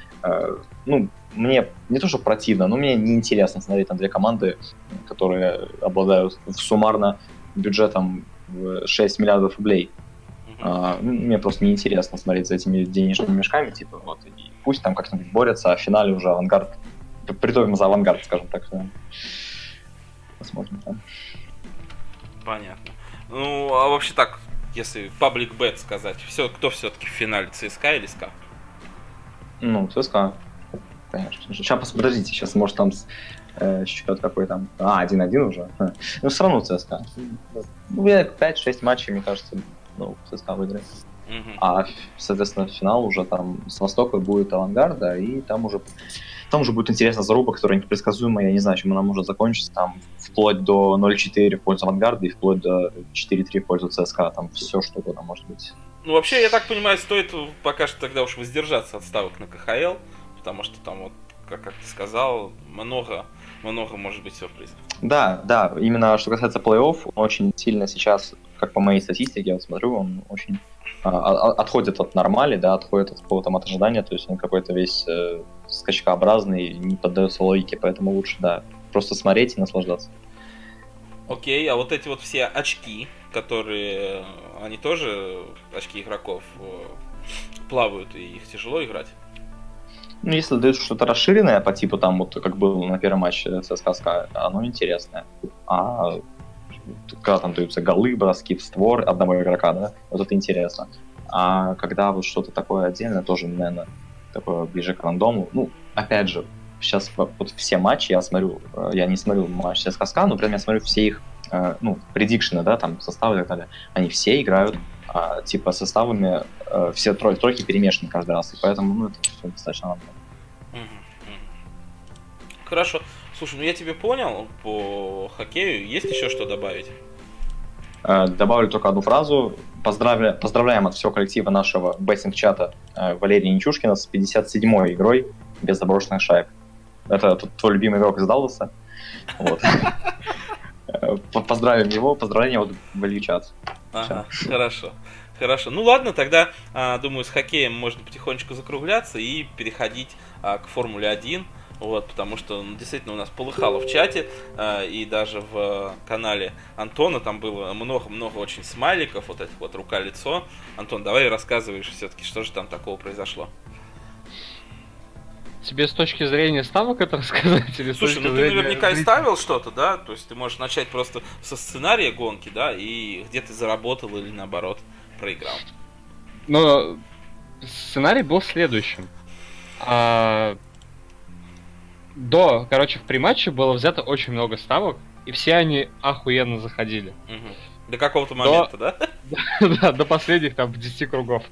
мне не то что противно, но мне неинтересно смотреть на две команды, которые обладают суммарно бюджетом в 6 миллиардов рублей. Мне просто неинтересно смотреть за этими денежными мешками, и пусть там как-нибудь борются, а в финале уже Авангард, притопим за Авангард, скажем так. Посмотрим там. Понятно. Ну, а вообще так, если паблик бет сказать, кто все-таки в финале, ЦСКА или СКА? ЦСКА, конечно. Сейчас, подождите, сейчас может там счет какой там, 1-1 уже. Но все равно ЦСКА. 5-6 матчей, мне кажется, ЦСКА выиграет. А, соответственно, финал уже там с Востока будет Авангарда, и там уже будет интересная заруба, которая непредсказуемая. Я не знаю, чем она может закончиться. Там вплоть до 0-4 в пользу Авангарда и вплоть до 4-3 в пользу ЦСКА. Там все что угодно может быть. Ну, вообще, я так понимаю, стоит пока что тогда уж воздержаться от ставок на КХЛ, потому что там как ты сказал, много может быть сюрпризов. Да, именно что касается плей-офф, он очень сильно сейчас, как по моей статистике, я смотрю, он очень отходит от нормали, да, отходит от какого-то от ожидания, то есть он какой-то весь скачкообразный, не поддается логике, поэтому лучше, да, просто смотреть и наслаждаться. Окей, а вот эти все очки, которые, они тоже, очки игроков, плавают, и их тяжело играть? Ну, если дают что-то расширенное по типу там, вот как было на первом матче ЦСКА, оно интересное. А когда там даются голы, броски в створ одного игрока, да, вот это интересно. А когда вот что-то такое отдельное, тоже, наверное, такое ближе к рандому. Ну, опять же, сейчас вот все матчи я смотрю, я не смотрю матч ЦСКА, но прям я смотрю все их, ну, предикшены, да, там, составы и так далее. Они все играют, типа, составами, все тройки перемешаны каждый раз, и поэтому, ну, это все достаточно нормально. Хорошо. Слушай, ну я тебе понял по хоккею. Есть еще что добавить? Добавлю только одну фразу. Поздравляем от всего коллектива нашего беттинг-чата Валерия Нечушкина с 57-й игрой без заброшенных шаек. Это твой любимый игрок из Далласа. Вот. Поздравим его. Поздравления от Валерия-чат. Ага, хорошо. Хорошо. Ну ладно, тогда, думаю, с хоккеем можно потихонечку закругляться и переходить к Формуле 1. Вот, потому что действительно у нас полыхало в чате, и даже в канале Антона там было много-много очень смайликов, вот этих вот рука-лицо. Антон, давай рассказываешь все-таки, что же там такого произошло. Тебе с точки зрения ставок это рассказать? Или слушай, ну ты наверняка и ставил что-то, да? То есть ты можешь начать просто со сценария гонки, да, и где ты заработал или наоборот проиграл. Но сценарий был следующим. В прематче было взято очень много ставок, и все они охуенно заходили. Угу. До какого-то момента, да? Да, до последних там 10 кругов.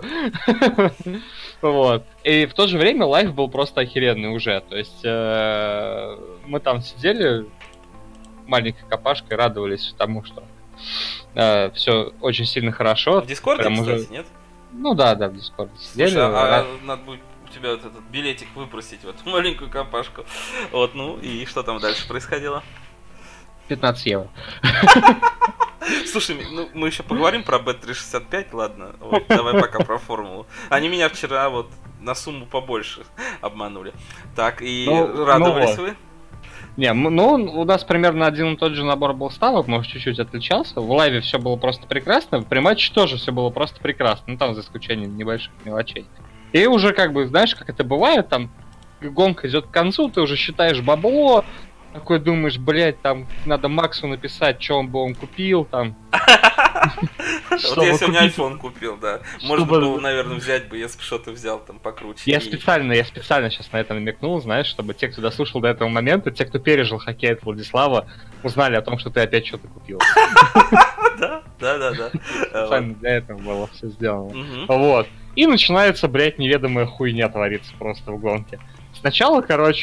Вот. И в то же время лайф был просто охеренный уже. То есть мы там сидели маленькой копашкой, радовались тому, что все очень сильно хорошо. В Дискорде, кстати, нет? Ну да, в Дискорде сидели. Слушай, надо будет у тебя вот этот билетик выпросить в эту маленькую компашку. Вот, ну, и что там дальше происходило? 15 евро. Слушай, ну мы еще поговорим про Bet365, ладно? Вот, давай пока про формулу. Они меня вчера вот на сумму побольше обманули. Так, и радовались вы? Не, ну у нас примерно один и тот же набор был ставок, может чуть-чуть отличался. В лайве все было просто прекрасно, в прематче тоже все было просто прекрасно, ну там за исключением небольших мелочей. И уже как бы, знаешь, как это бывает, там гонка идет к концу, ты уже считаешь бабло, такой думаешь, блять, там надо Максу написать, что он купил, там. Вот я сегодня iPhone купил, да. Можно было, наверное, взять бы, если бы что-то взял там покруче. Я специально сейчас на это намекнул, знаешь, чтобы те, кто дослушал до этого момента, те, кто пережил хоккей от Владислава, узнали о том, что ты опять что-то купил. Да. Специально для этого было все сделано. Вот. И начинается, блядь, неведомая хуйня творится просто в гонке. Сначала, короче,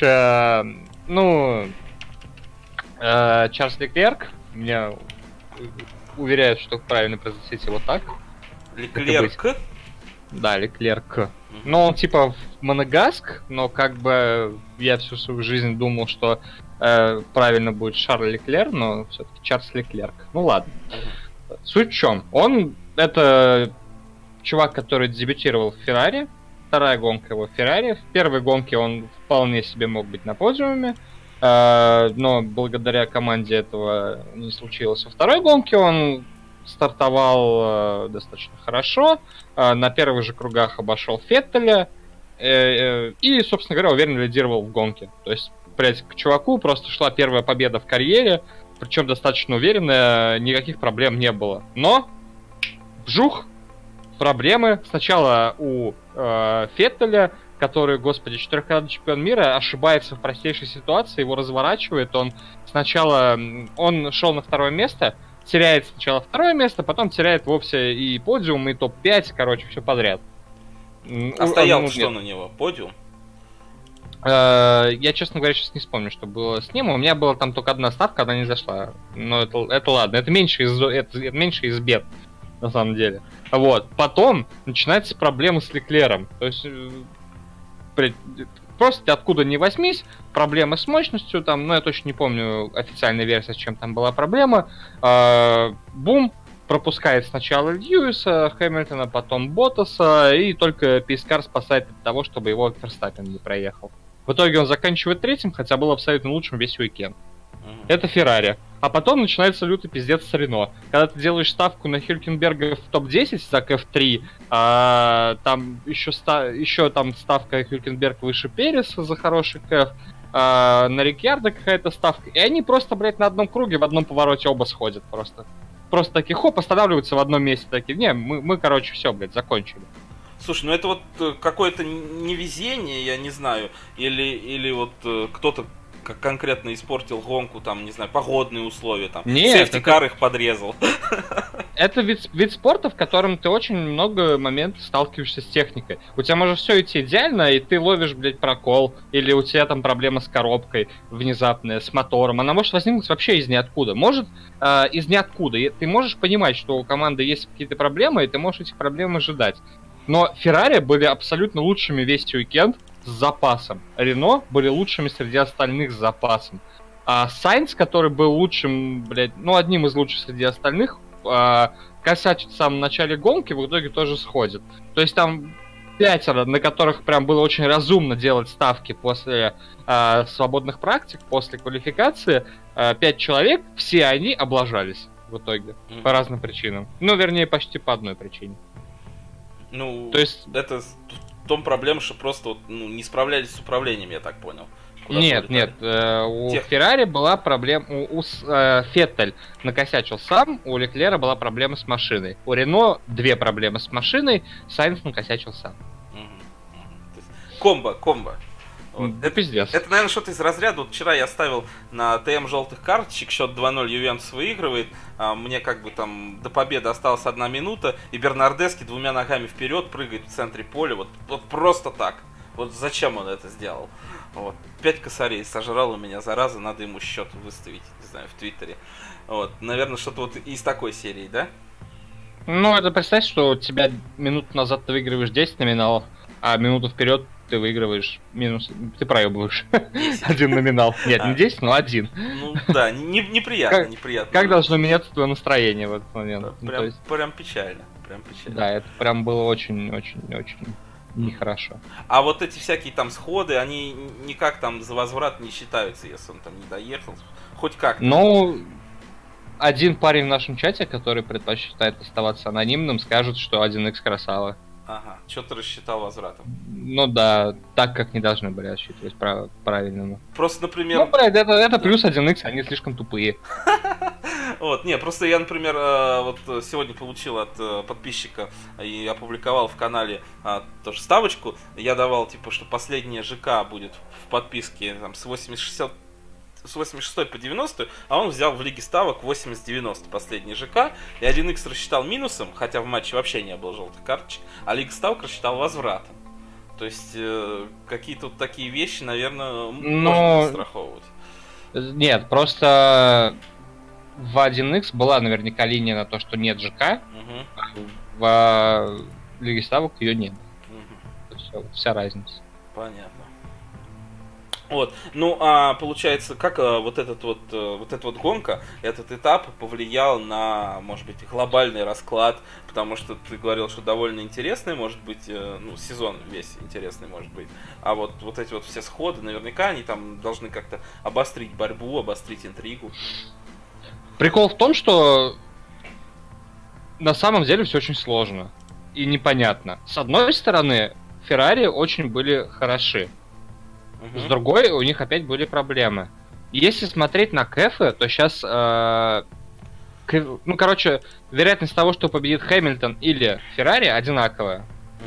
Чарльз Леклерк, меня уверяют, что правильно произносить его так. Леклерк? Да, Леклерк. Ну, он типа моногаск, но как бы я всю свою жизнь думал, что правильно будет Шарль Леклер, но все-таки Чарльз Леклерк. Ну ладно. Суть в чем? Он это чувак, который дебютировал в Феррари. Вторая гонка его в Феррари. В первой гонке он вполне себе мог быть на подиуме. Но благодаря команде этого не случилось. Во второй гонке он стартовал достаточно хорошо. На первых же кругах обошел Феттеля. И, собственно говоря, уверенно лидировал в гонке. То есть, блядь, к чуваку просто шла первая победа в карьере. Причем достаточно уверенно, никаких проблем не было. Но вжух! Проблемы. Сначала у Феттеля, который, господи, четырехкратный чемпион мира, ошибается в простейшей ситуации, его разворачивает. Он шел на второе место, теряет сначала второе место, потом теряет вовсе и подиум, и топ-5, короче, все подряд. А стоял что на него? Подиум? Я, честно говоря, сейчас не вспомню, что было с ним. У меня была там только одна ставка, она не зашла. Но это ладно, это меньше из бед. На самом деле. Вот. Потом начинаются проблемы с Леклером. То есть, просто откуда ни возьмись, проблемы с мощностью, там, я точно не помню официальная версия, с чем там была проблема. Бум, пропускает сначала Льюиса, Хэмилтона, потом Боттаса, и только Пискар спасает от того, чтобы его Ферстаппен не проехал. В итоге он заканчивает третьим, хотя был абсолютно лучшим весь уикенд. Это Феррари. А потом начинается лютый пиздец с Рено. Когда ты делаешь ставку на Хюлькенберга в топ-10 за КФ3, там еще там ставка Хюлькенберг выше Переса за хороший КФ, на Рикьярдо какая-то ставка. И они просто, блядь, на одном круге, в одном повороте оба сходят просто. Просто такие, хоп, останавливаются в одном месте. Такие, не, мы короче, все, блядь, закончили. Слушай, ну это вот какое-то невезение, я не знаю, или вот кто-то конкретно испортил гонку, там, не знаю, погодные условия, там, сейфти-кар их подрезал. Это вид спорта, в котором ты очень много моментов сталкиваешься с техникой. У тебя может все идти идеально, и ты ловишь, блядь, прокол, или у тебя там проблема с коробкой внезапная, с мотором. Она может возникнуть вообще из ниоткуда. Может из ниоткуда. И ты можешь понимать, что у команды есть какие-то проблемы, и ты можешь этих проблем ожидать. Но Феррари были абсолютно лучшими весь уикенд с запасом. Рено были лучшими среди остальных с запасом. А Сайнс, который был лучшим, блядь, ну, одним из лучших среди остальных, косячит в самом начале гонки, в итоге тоже сходит. То есть там 5, на которых прям было очень разумно делать ставки после свободных практик, после квалификации, 5 человек, все они облажались в итоге. По разным причинам. Ну, вернее, почти по одной причине. Ну, то есть это в том проблема, что просто вот, ну, не справлялись с управлением, я так понял. Нет, у Феррари была проблема, у Феттель накосячил сам, у Леклера была проблема с машиной. У Рено 2 проблемы с машиной, Сайнс накосячил сам. Комбо. Вот. Да пиздец. Это, наверное, что-то из разряда. Вот вчера я ставил на ТМ желтых карточек, счет 2-0 Ювентус выигрывает. Мне как бы там до победы осталась 1 минута, и Бернардески 2 ногами вперед прыгает в центре поля. Вот просто так. Вот зачем он это сделал? Вот. 5 косарей сожрал у меня, зараза, надо ему счет выставить, не знаю, в Твиттере. Вот. Наверное, что-то вот из такой серии, да? Ну, это представь, что у тебя минуту назад ты выигрываешь 10 номиналов, а минуту вперед ты выигрываешь минус... Ты проебываешь. 1 номинал. Нет, не 10, но 1. Ну да, неприятно. Как должно меняться твое настроение в этот момент? Прям печально. Да, это прям было очень-очень-очень нехорошо. А вот эти всякие там сходы, они никак там за возврат не считаются, если он там не доехал. Хоть как-то. Ну, один парень в нашем чате, который предпочитает оставаться анонимным, скажет, что 1x красава. Ага, что-то рассчитал возвратом. Ну да, так как не должны были рассчитывать правильно. Просто, например... Ну, блядь, это плюс 1x, они слишком тупые. Вот, не, просто я, например, вот сегодня получил от подписчика и опубликовал в канале тоже ставочку. Я давал, типа, что последняя ЖК будет в подписке там, с 86 по 90, а он взял в лиге ставок 80-90 последний ЖК, и 1x рассчитал минусом, хотя в матче вообще не было желтых карточек, а лига ставок рассчитал возвратом. То есть какие-то вот такие вещи, наверное, можно подстраховывать. Нет, просто в 1x была наверняка линия на то, что нет ЖК, в лиге ставок ее нет. Все, вся разница. Понятно. Вот, ну, а получается, как вот эта вот гонка, этот этап повлиял на, может быть, глобальный расклад, потому что ты говорил, что довольно интересный, может быть, ну, сезон весь интересный, может быть, а вот эти вот все сходы, наверняка они там должны как-то обострить борьбу, обострить интригу. Прикол в том, что на самом деле все очень сложно и непонятно. С одной стороны, Феррари очень были хороши. С другой, у них опять были проблемы. Если смотреть на кэфы, то сейчас... ну, короче, вероятность того, что победит Хэмилтон или Феррари, одинаковая.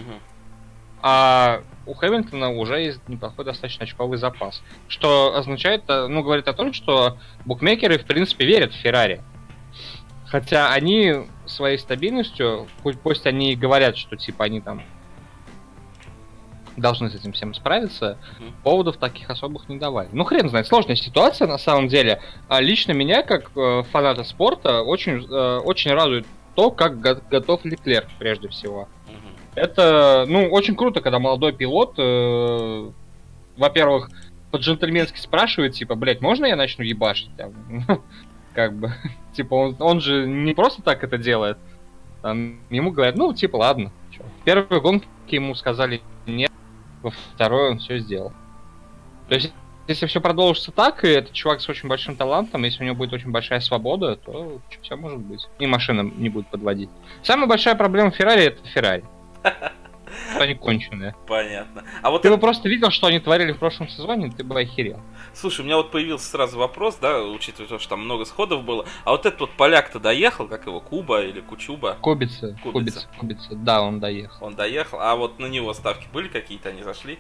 А у Хэмилтона уже есть неплохой достаточно очковый запас. Что означает, ну, говорит о том, что букмекеры, в принципе, верят в Феррари. Хотя они своей стабильностью, пусть они и говорят, что, типа, они там должны с этим всем справиться, поводов таких особых не давали. Ну, хрен знает, сложная ситуация на самом деле. А лично меня, как фаната спорта, очень радует то, как готов Леклер, прежде всего. Это, ну, очень круто, когда молодой пилот, во-первых, по-джентльменски спрашивает, типа, блять, можно я начну ебашить? Как бы, типа, он же не просто так это делает. Ему говорят, ну, типа, ладно. В первой гонке ему сказали нет, во второй он все сделал. То есть, если все продолжится так, и этот чувак с очень большим талантом, если у него будет очень большая свобода, то все может быть. И машина не будет подводить. Самая большая проблема Феррари — это Феррари. Что они конченые. Понятно. А вот Ты бы просто видел, что они творили в прошлом сезоне, ты бы охерел. Слушай, у меня вот появился сразу вопрос, да, учитывая то, что там много сходов было. А вот этот вот поляк-то доехал, как его, Куба или Кучуба? Кубица. Да, он доехал. Он доехал, а вот на него ставки были какие-то, они зашли?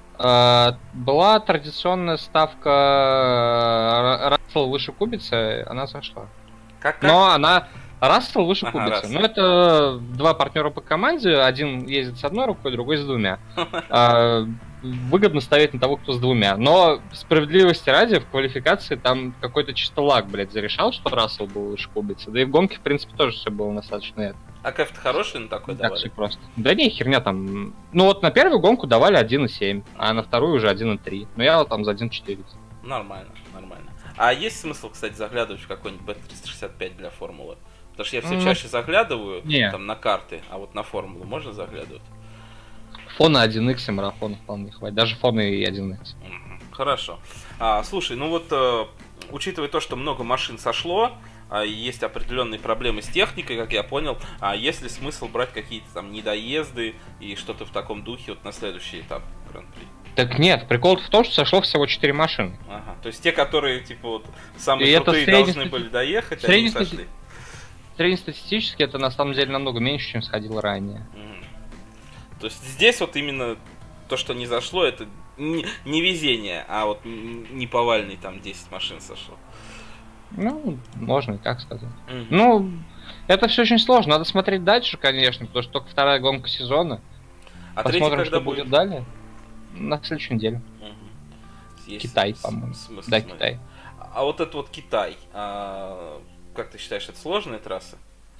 Была традиционная ставка Рассел выше Кубицы, она зашла. Как? Но она... Рассел выше Ага, Кубицы. Рассел. Ну, это два партнера по команде. Один ездит с одной рукой, другой с двумя. Выгодно ставить на того, кто с двумя. Но справедливости ради, в квалификации там какой-то чисто лаг, блядь, зарешал, что Рассел был выше Кубицы. Да и в гонке, в принципе, тоже все было достаточно. А кайф-то хороший на такой Так давали? все просто. Да не, херня там. Ну вот на первую гонку давали 1.7, а на вторую уже 1.3. Но я вот там за 1.4. Нормально. А есть смысл, кстати, заглядывать в какой-нибудь Bet365 для формулы? Потому что я все чаще заглядываю там на карты, а вот на формулу можно заглядывать? Фона 1x и марафона вполне хватит. Даже фона и 1x. Хорошо. Слушай, ну вот, учитывая то, что много машин сошло, есть определенные проблемы с техникой, как я понял, есть ли смысл брать какие-то там недоезды и что-то в таком духе вот на следующий этап Гран-при? Так нет, прикол в том, что сошло всего 4 машины. Ага, то есть те, которые, типа, вот, самые и крутые должны были доехать, они не сошли. Среднестатистически это на самом деле намного меньше, чем сходило ранее. То есть здесь вот именно то, что не зашло, это не везение, а вот не повальный там 10 машин сошло. Ну, можно и так сказать. Ну, это все очень сложно. Надо смотреть дальше, конечно, потому что только вторая гонка сезона. А посмотрим, что будет далее. На следующей неделе. Китай, по-моему. Да, Китай. А вот этот вот Китай, как ты считаешь, это сложная трасса?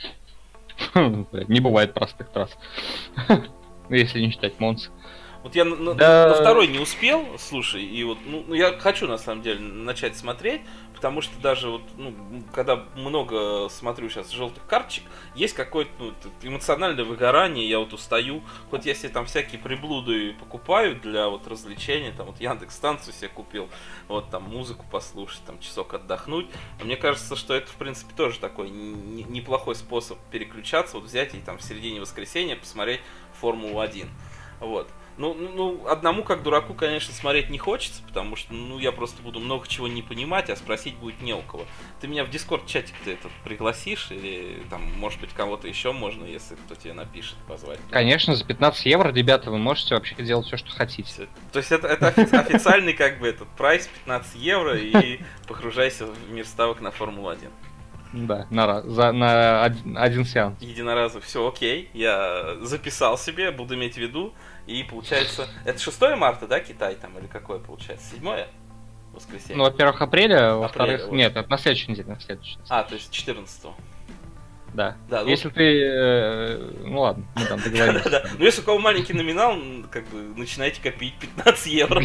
Не бывает простых трасс. Если не считать Монс. Вот я на второй не успел, слушай, и вот, ну, я хочу на самом деле начать смотреть, потому что даже вот, ну, когда много смотрю сейчас желтых карточек, есть какое-то эмоциональное выгорание, я вот устаю, хоть я себе там всякие приблуды покупаю для вот развлечения, там вот Яндекс.Станцию себе купил, вот там музыку послушать, там часок отдохнуть, а мне кажется, что это в принципе тоже такой неплохой способ переключаться, вот взять и там в середине воскресенья посмотреть Формулу-1, вот. Ну, одному как дураку, конечно, смотреть не хочется, потому что, я просто буду много чего не понимать, а спросить будет не у кого. Ты меня в Дискорд-чатик-то этот пригласишь, или там, может быть, кого-то еще можно, если кто тебе напишет, позвать? Конечно, за 15 евро, ребята, вы можете вообще делать все, что хотите. То есть это официальный, как бы, этот прайс 15 евро, и погружайся в мир ставок на Формулу-1. Да, на один сеанс. Единоразово. Все, окей. Я записал себе, буду иметь в виду. И получается... Это 6 марта, да, Китай там? Или какое получается? 7 воскресенье? Ну, во-первых, апреля, во-вторых... вот. Нет, это на следующей неделе, то есть 14-го. Да. Да, если ты... Ну ладно, мы там договорились. Ну если у кого маленький номинал, как бы начинайте копить 15 евро.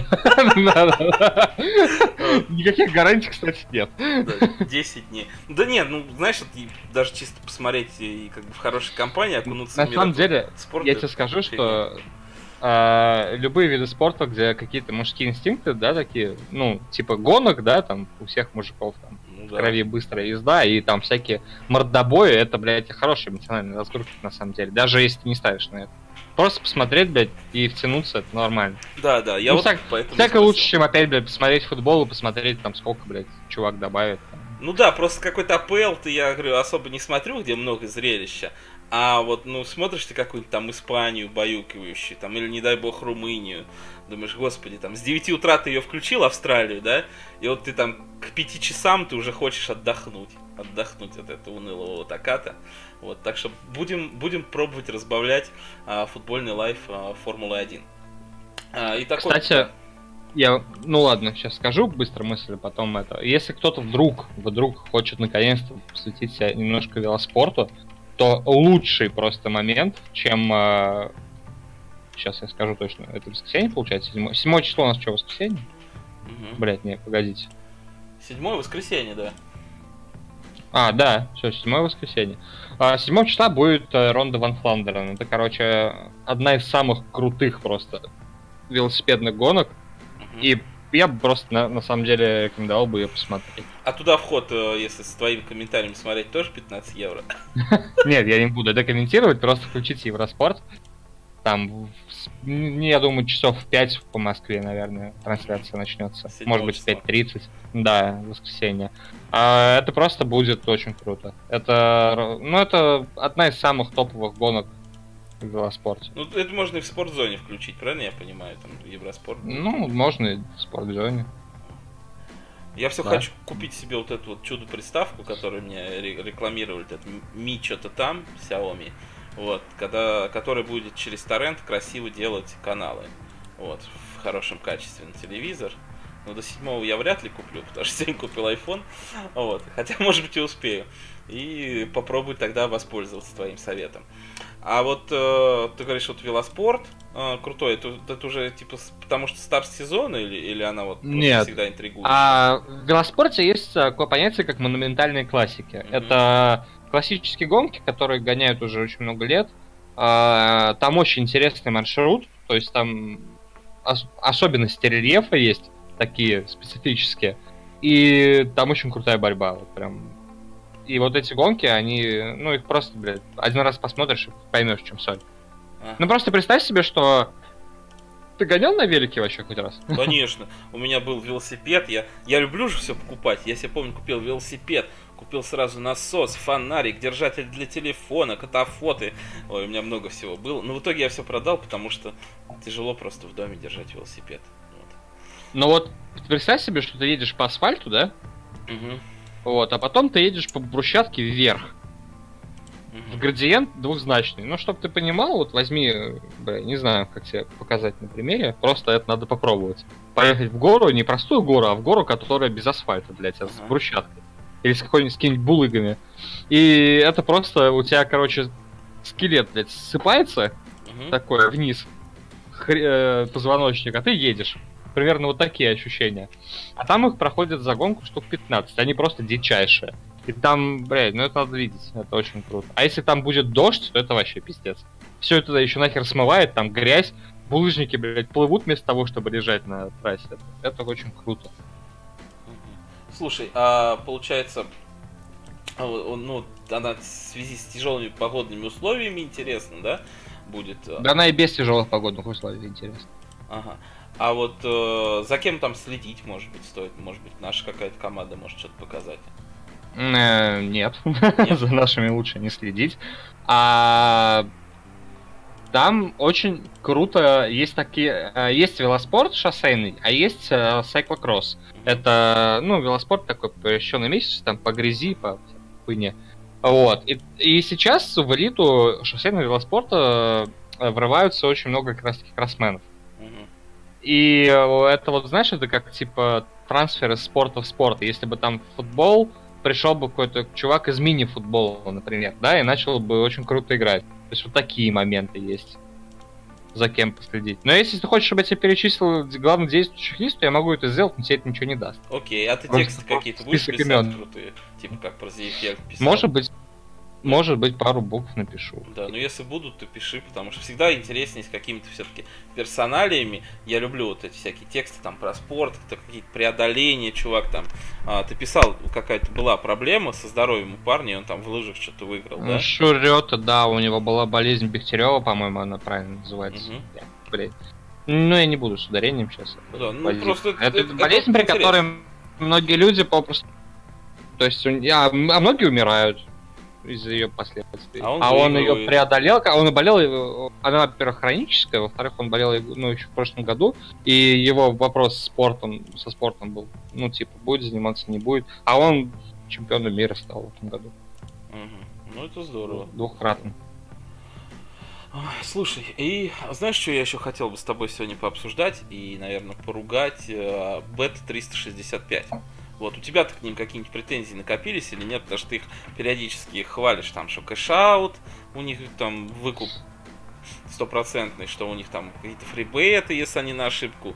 Никаких гарантий, кстати, нет. 10 дней. Да нет, знаешь, даже чисто посмотреть и как бы в хорошей компании окунуться в мир. На самом деле, спорта, я тебе скажу, что любые виды спорта, где какие-то мужские инстинкты, да, такие, ну, типа гонок, да, там у всех мужиков там в крови быстрая езда, и там всякие мордобои, это, блядь, хорошие эмоциональные разгрузки, на самом деле, даже если ты не ставишь на это. Просто посмотреть, блядь, и втянуться, это нормально. Да, я ну, вот поэтому... Всяко лучше, чем опять, блядь, посмотреть футбол и посмотреть, там, сколько, блядь, чувак добавит. Ну да, просто какой-то АПЛ-то, я говорю, особо не смотрю, где много зрелища. А вот, смотришь ты какую-нибудь там Испанию баюкивающую, там, или, не дай бог, Румынию. Думаешь, господи, там, с 9 утра ты ее включил, Австралию, да? И вот ты там к 5 часам ты уже хочешь отдохнуть от этого унылого таката. Вот, так что будем пробовать разбавлять футбольный лайф Формулы-1. Кстати, ну ладно, сейчас скажу быстро мысль, потом это. Если кто-то вдруг хочет наконец-то посвятить себя немножко велоспорту, то лучший просто момент, чем... Сейчас я скажу точно. Это воскресенье, получается? 7 число у нас что, воскресенье? Блять, не, погодите. 7 воскресенье, да. Да, все, 7 воскресенье. 7 числа будет Ронда ван Фландерен. Это, короче, одна из самых крутых просто велосипедных гонок. И я бы просто на самом деле рекомендовал бы ее посмотреть. А туда вход, если с твоими комментариями смотреть, тоже 15 евро? Нет, я не буду это комментировать, просто включите Евроспорт. Там, я думаю, часов в 5 по Москве, наверное, трансляция начнется. Может быть, в 5:30. Да, в воскресенье. Это просто будет очень круто. Это одна из самых топовых гонок в велоспорте. Ну, это можно и в спортзоне включить, правильно я понимаю? Там Евроспорт. Ну, можно и в спортзоне. Я все хочу купить себе вот эту вот чудо-приставку, которую мне рекламировали, этот Mi что-то там, Xiaomi. Вот, который будет через торрент красиво делать каналы. Вот, в хорошем качестве на телевизор. Но до 7-го я вряд ли куплю, потому что сегодня купил iPhone. Вот, хотя, может быть, и успею. И попробую тогда воспользоваться твоим советом. А вот ты говоришь, вот велоспорт крутой, это уже типа потому что старт сезона или она вот всегда интригует? В велоспорте есть такое понятие, как монументальные классики. Это классические гонки, которые гоняют уже очень много лет. Там очень интересный маршрут, то есть там особенности рельефа есть, такие специфические. И там очень крутая борьба, вот прям. И вот эти гонки, они, их просто, блядь, один раз посмотришь и поймешь, в чем соль. Ну просто представь себе, что ты гонял на велике вообще хоть раз? Конечно, у меня был велосипед, я люблю же все покупать, я себе помню, купил велосипед, купил сразу насос, фонарик, держатель для телефона, катафоты, ой, у меня много всего было, но в итоге я все продал, потому что тяжело просто в доме держать велосипед. Вот. Ну вот, представь себе, что ты едешь по асфальту, да? Угу. Вот, а потом ты едешь по брусчатке вверх. В градиент двухзначный. Ну, чтобы ты понимал, вот возьми, не знаю, как тебе показать на примере, просто это надо попробовать. Поехать в гору, не простую гору, а в гору, которая без асфальта, блядь, а с брусчаткой. Или с какими-нибудь булыгами. И это просто у тебя, короче, скелет, блядь, ссыпается такое вниз, позвоночник, а ты едешь. Примерно вот такие ощущения. А там их проходит за гонку штук 15. Они просто дичайшие. И там, блядь, это надо видеть. Это очень круто. А если там будет дождь, то это вообще пиздец. Все это еще нахер смывает, там грязь, булыжники, блядь, плывут вместо того, чтобы лежать на трассе. Это очень круто. Слушай, а получается, она в связи с тяжелыми погодными условиями интересно, да, будет? Да она и без тяжелых погодных условий интересна. Ага. А вот за кем там следить, может быть, стоит? Может быть, наша какая-то команда может что-то показать? Нет. За нашими лучше не следить. Там очень круто есть есть велоспорт шоссейный, а есть сайклокросс. Это, велоспорт такой посвященный месяц, там по грязи, по хуйне. Вот. И сейчас в элиту шоссейного велоспорта врываются очень много как раз таки кроссменов. И это вот, знаешь, это как типа трансфер из спорта в спорт. Если бы там в футбол пришел бы какой-то чувак из мини-футбола, например, да, и начал бы очень круто играть. То есть вот такие моменты есть. За кем последить. Но если ты хочешь, чтобы я тебе перечислил главных действующих лиц, то я могу это сделать, но тебе это ничего не даст. Окей, а ты тексты какие-то будешь писать крутые? Типа как про The Effect писал? Может быть, пару букв напишу. Да, но если будут, то пиши, потому что всегда интереснее с какими-то все-таки персоналиями. Я люблю вот эти всякие тексты там про спорт, какие-то преодоления, чувак там. Ты писал, какая-то была проблема со здоровьем у парня, и он там в лыжах что-то выиграл, да? Шурёта, да, у него была болезнь Бехтерева, по-моему, она правильно называется. Блин. Ну, я не буду с ударением сейчас. Да, просто это болезнь, при которой многие люди попросту... То есть, многие умирают из-за ее последствий. А он ее преодолел, он болел, она, во-первых, хроническая, во-вторых, он болел еще в прошлом году, и его вопрос со спортом был, будет заниматься, не будет, а он чемпионом мира стал в этом году. Ну, это здорово. Двухкратно. Слушай, и знаешь, что я еще хотел бы с тобой сегодня пообсуждать и, наверное, поругать Бета 365. Вот, у тебя-то к ним какие-нибудь претензии накопились или нет? Потому что ты их периодически хвалишь, там, что кэш-аут, у них там выкуп стопроцентный, что у них там какие-то фрибеты, если они на ошибку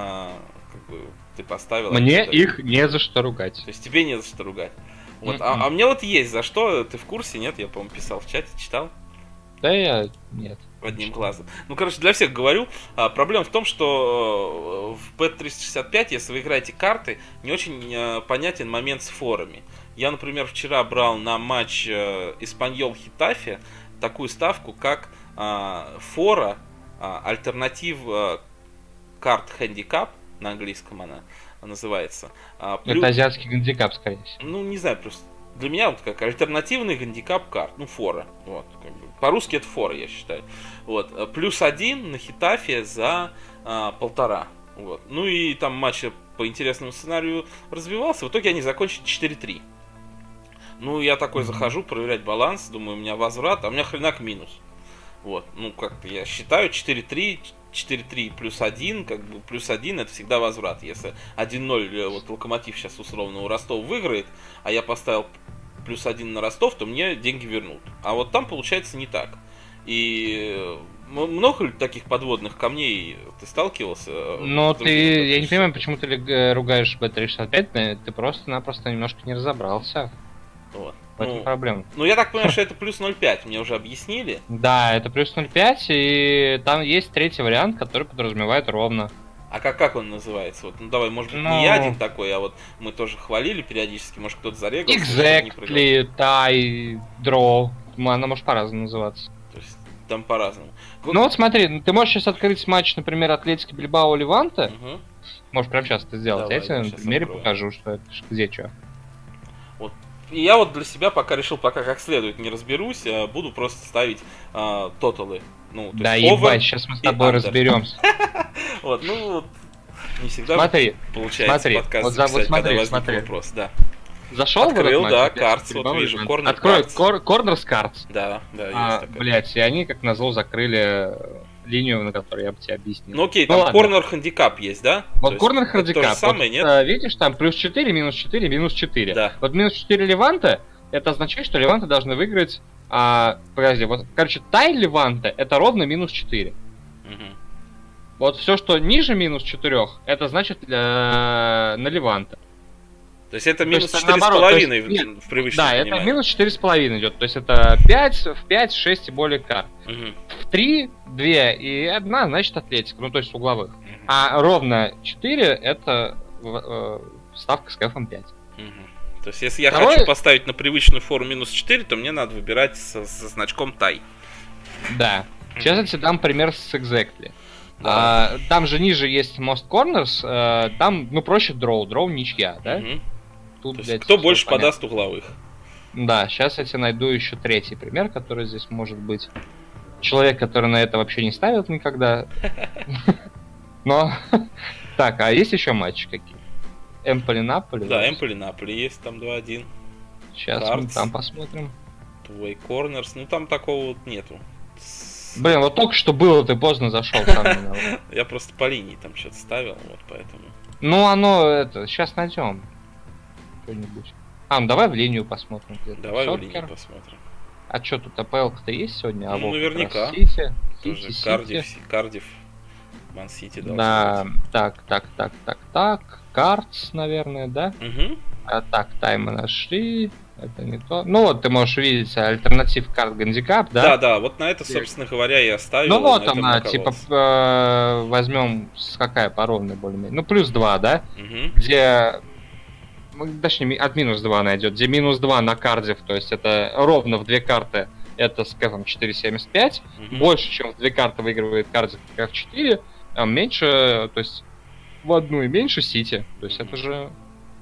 ты поставил. Мне их не за что ругать. То есть тебе не за что ругать. Вот, а мне вот есть за что, ты в курсе, нет? Я, по-моему, писал в чате, читал. Да я... Нет. Одним глазом. Ну, короче, для всех говорю. Проблема в том, что в Bet365, если вы играете карты, не очень понятен момент с форами. Я, например, вчера брал на матч Испаньол-Хитафе такую ставку, как фора, альтернатив карт Handicap, на английском она называется. Это азиатский гандикап, скорее всего. Ну, не знаю, просто для меня вот как альтернативный гандикап карт, ну, фора. Вот, как бы. По-русски это фора, я считаю. Вот. +1 на Хитафе за 1,5. Вот. Ну и там матч по интересному сценарию развивался. В итоге они закончили 4-3. Ну, я такой захожу проверять баланс, думаю, у меня возврат, а у меня хренак минус. Вот. Ну, как-то я считаю 4-3 +1, как бы +1 это всегда возврат. Если 1-0 вот Локомотив сейчас условно у Ростова выиграет, а я поставил +1 на Ростов, то мне деньги вернут. А вот там получается не так. И много ли таких подводных камней ты сталкивался? Ну, я не понимаю, почему ты ругаешь Bet365, ты просто-напросто немножко не разобрался. Вот. В этом проблема. Ну, я так понимаю, что это +0,5, мне уже объяснили. Да, это +0,5, и там есть третий вариант, который подразумевает ровно. А как он называется? Вот, ну давай, может быть, не я один такой, а вот мы тоже хвалили периодически, может кто-то зарегался. Exactly, tie, draw. Она может по-разному называться. То есть там по-разному. Ну вот смотри, ты можешь сейчас открыть матч, например, Атлетики Бильбао Леванте. Угу. Можешь прямо сейчас это сделать. Давай, я тебе на примере покажу, что это, где что. Вот. И я вот для себя пока решил, пока как следует не разберусь, буду просто ставить тоталы. Ну, да, ебать, сейчас мы с тобой разберемся. Вот, ну, не всегда получается подкаст записать, когда возник вопрос, да. Зашел Открыл, да, картс, вот вижу, Corner Открой Corners Cards. Да, есть такая. Блять, и они, как назло, закрыли линию, на которой я бы тебе объяснил. Ну окей, там Corner Handicap есть, да? Вот Corner Handicap. То же самое, нет? Видишь, там +4, -4, -4. Да. Вот -4 Леванте, это означает, что Леванте должны выиграть... Подожди, вот, короче, тай Леванте, это ровно -4. Угу. Вот все, что ниже -4, это значит на Леванте. То есть это -4,5 в привычном Да, понимании. это -4,5 идет. То есть это 5, в 5, 6 и более карт. Угу. В 3, 2 и 1, значит Атлетика, ну то есть угловых. А ровно 4 это ставка с кэфом 5. Угу. То есть если я хочу поставить на привычную фору -4, то мне надо выбирать со значком тай. Да. Сейчас я тебе дам пример с Exactly. Да. Там же ниже есть Most Corners, там, ну, проще дроу ничья, да? Угу. Тут, то есть, блядь, кто больше понятно. подаст угловых? Да, сейчас я тебе найду еще третий пример, который здесь может быть. Человек, который на это вообще не ставит никогда. Но... Так, а есть еще матчи какие? Эмполи-Наполи? Да, Эмполи-Наполи есть, там 2-1. Сейчас мы там посмотрим. Твой Corners, ну там такого вот нету. Блин, вот только что было, ты поздно зашел. Я просто по линии там что-то ставил, вот поэтому. Ну оно, это, сейчас найдем. Что-нибудь. Ну давай в линию посмотрим. Давай в линию посмотрим. А что тут, АПЛ-то есть сегодня? Ну, наверняка. Тоже Кардифф, Ман-Сити должен Да, так. Картс, наверное, да? Угу. А так, таймы нашли. Это не то. Ну вот ты можешь увидеть альтернатив карт Гандикап, да? Да, вот на это, собственно говоря, я оставил. Ну вот она, типа, возьмем с какая по ровной более-менее. Ну, +2, да? Угу. Где... Точнее, от -2 найдет. Где -2 на Кардифф, то есть это ровно в 2 карты, это с кэфом 4,75. Больше, чем в 2 карты выигрывает Кардифф кэф 4, а меньше, то есть в одну и меньше Сити. То есть это же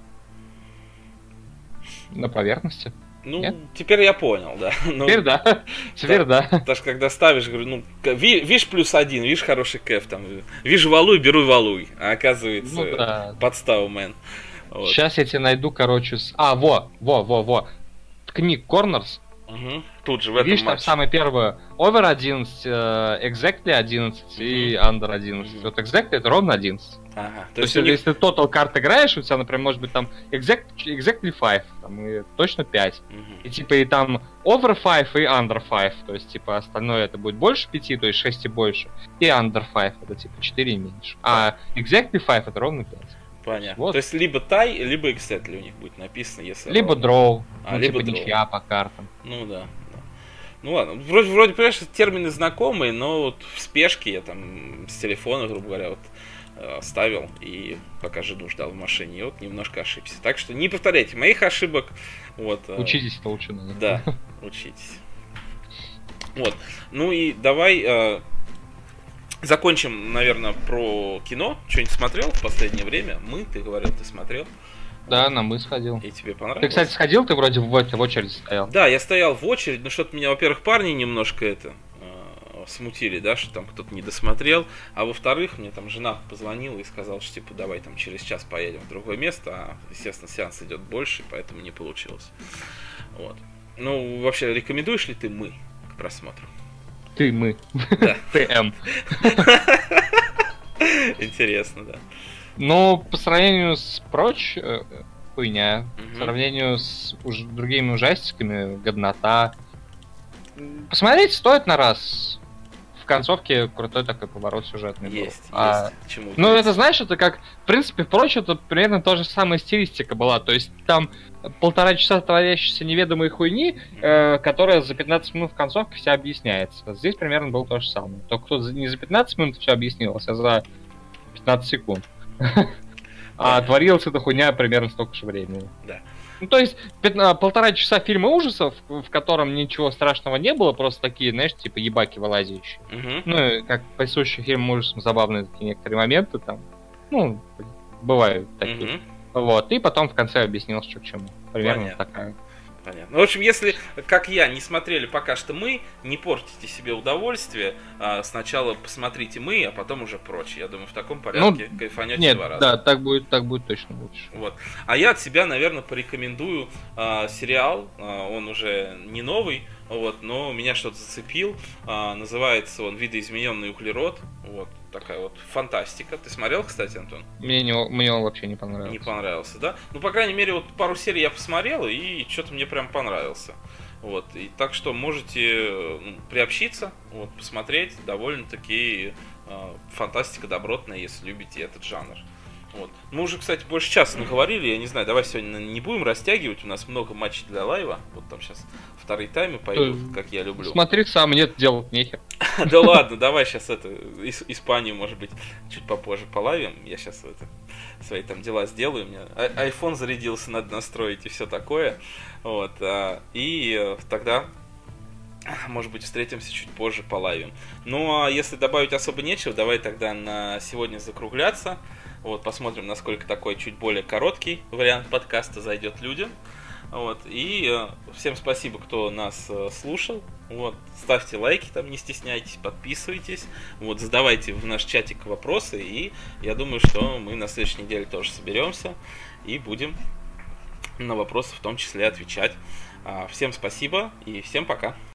на поверхности. Ну, нет? Теперь я понял, да. Теперь да. Потому что когда ставишь, говорю, ну, видишь +1, видишь хороший кэф, там, вижу валуй, беру валуй. А оказывается, подстава, мэн. Вот. Сейчас я тебе найду, короче, во. Ткни Corners. Угу. Тут же в этом видишь, матче. Там самое первое. Over 11, Exactly 11 и Under 11. Вот Exactly это ровно 11. Ага. То есть если ты Total карт играешь, у тебя, например, может быть там Exactly 5, там, и точно 5. И типа и там Over 5 и Under 5. То есть типа остальное это будет больше 5, то есть 6 и больше. И Under 5 это типа 4 и меньше. А Exactly 5 это ровно 5. Понятно. Вот. То есть либо тай, либо Exactly у них будет написано, если... Либо draw. Либо типа draw. Ничья по картам. Ну да. Ну ладно, вроде, понимаешь, термины знакомые, но вот в спешке я там с телефона, грубо говоря, вот ставил и пока жену ждал в машине, и вот немножко ошибся. Так что не повторяйте моих ошибок. Вот, Учитесь-то лучше надо. Да, учитесь. Вот. Ну и давай закончим, наверное, про кино. Что-нибудь смотрел в последнее время? Ты говорил, ты смотрел. Да, на мы сходил. И тебе понравилось? Ты, кстати, сходил, ты вроде в очередь стоял. Да, я стоял в очередь, но что-то меня, во-первых, парни немножко смутили, да, что там кто-то не досмотрел, а во-вторых, мне там жена позвонила и сказала, что типа давай там через час поедем в другое место, а, естественно, сеанс идет больше, поэтому не получилось. Вот. Ну, вообще, рекомендуешь ли ты «Мы» к просмотру? Ты, мы. Да. Ты, М. Интересно, да. Ну, по сравнению с прочь, хуйня. По сравнению с другими ужастиками, годнота. Посмотреть стоит на раз. В концовке крутой такой поворот сюжетный был. Есть. Чему ну, это, знаешь, это как... В принципе, прочь, это примерно та же самая стилистика была. То есть там 1,5 часа творящейся неведомой хуйни, которая за 15 минут в концовке вся объясняется. Здесь примерно было то же самое. Только тут не за 15 минут все объяснилось, а за 15 секунд. А творилась эта хуйня примерно столько же времени. Да. Ну, то есть, 1,5 часа фильма ужасов, в котором ничего страшного не было, просто такие, знаешь, типа ебаки вылазящие. Ну, как присущий фильм ужасам, забавные такие некоторые моменты там. Ну, бывают такие. Вот, и потом в конце объяснил, что к чему. Примерно такая. Понятно. Ну, в общем, если, как я, не смотрели пока что «Мы», не портите себе удовольствие, сначала посмотрите «Мы», а потом уже прочь. Я думаю, в таком порядке кайфанете 2 раза. Да, так будет точно лучше. Вот. А я от себя, наверное, порекомендую сериал, он уже не новый, вот, но меня что-то зацепил. Называется он «Видоизмененный углерод». Вот, такая вот фантастика. Ты смотрел, кстати, Антон? Мне он вообще не понравился. Не понравился, да? Ну, по крайней мере, вот пару серий я посмотрел, и что-то мне прям понравился. Вот, и так что можете приобщиться, вот, посмотреть. Довольно-таки фантастика добротная, если любите этот жанр. Вот. Мы уже, кстати, больше часа наговорили, я не знаю, давай сегодня не будем растягивать, у нас много матчей для лайва, вот там сейчас вторые таймы пойдут, как я люблю. Смотри сам, нет, делать нехер. Да ладно, давай сейчас Испанию, может быть, чуть попозже половим, я сейчас свои там дела сделаю, у меня iPhone зарядился, надо настроить и все такое, вот, и тогда... Может быть, встретимся чуть позже, половим. Ну, а если добавить особо нечего, давай тогда на сегодня закругляться. Вот, посмотрим, насколько такой чуть более короткий вариант подкаста зайдет людям. Вот, и всем спасибо, кто нас слушал. Вот, ставьте лайки, там не стесняйтесь, подписывайтесь. Вот, задавайте в наш чатик вопросы. И я думаю, что мы на следующей неделе тоже соберемся и будем на вопросы в том числе отвечать. Всем спасибо и всем пока.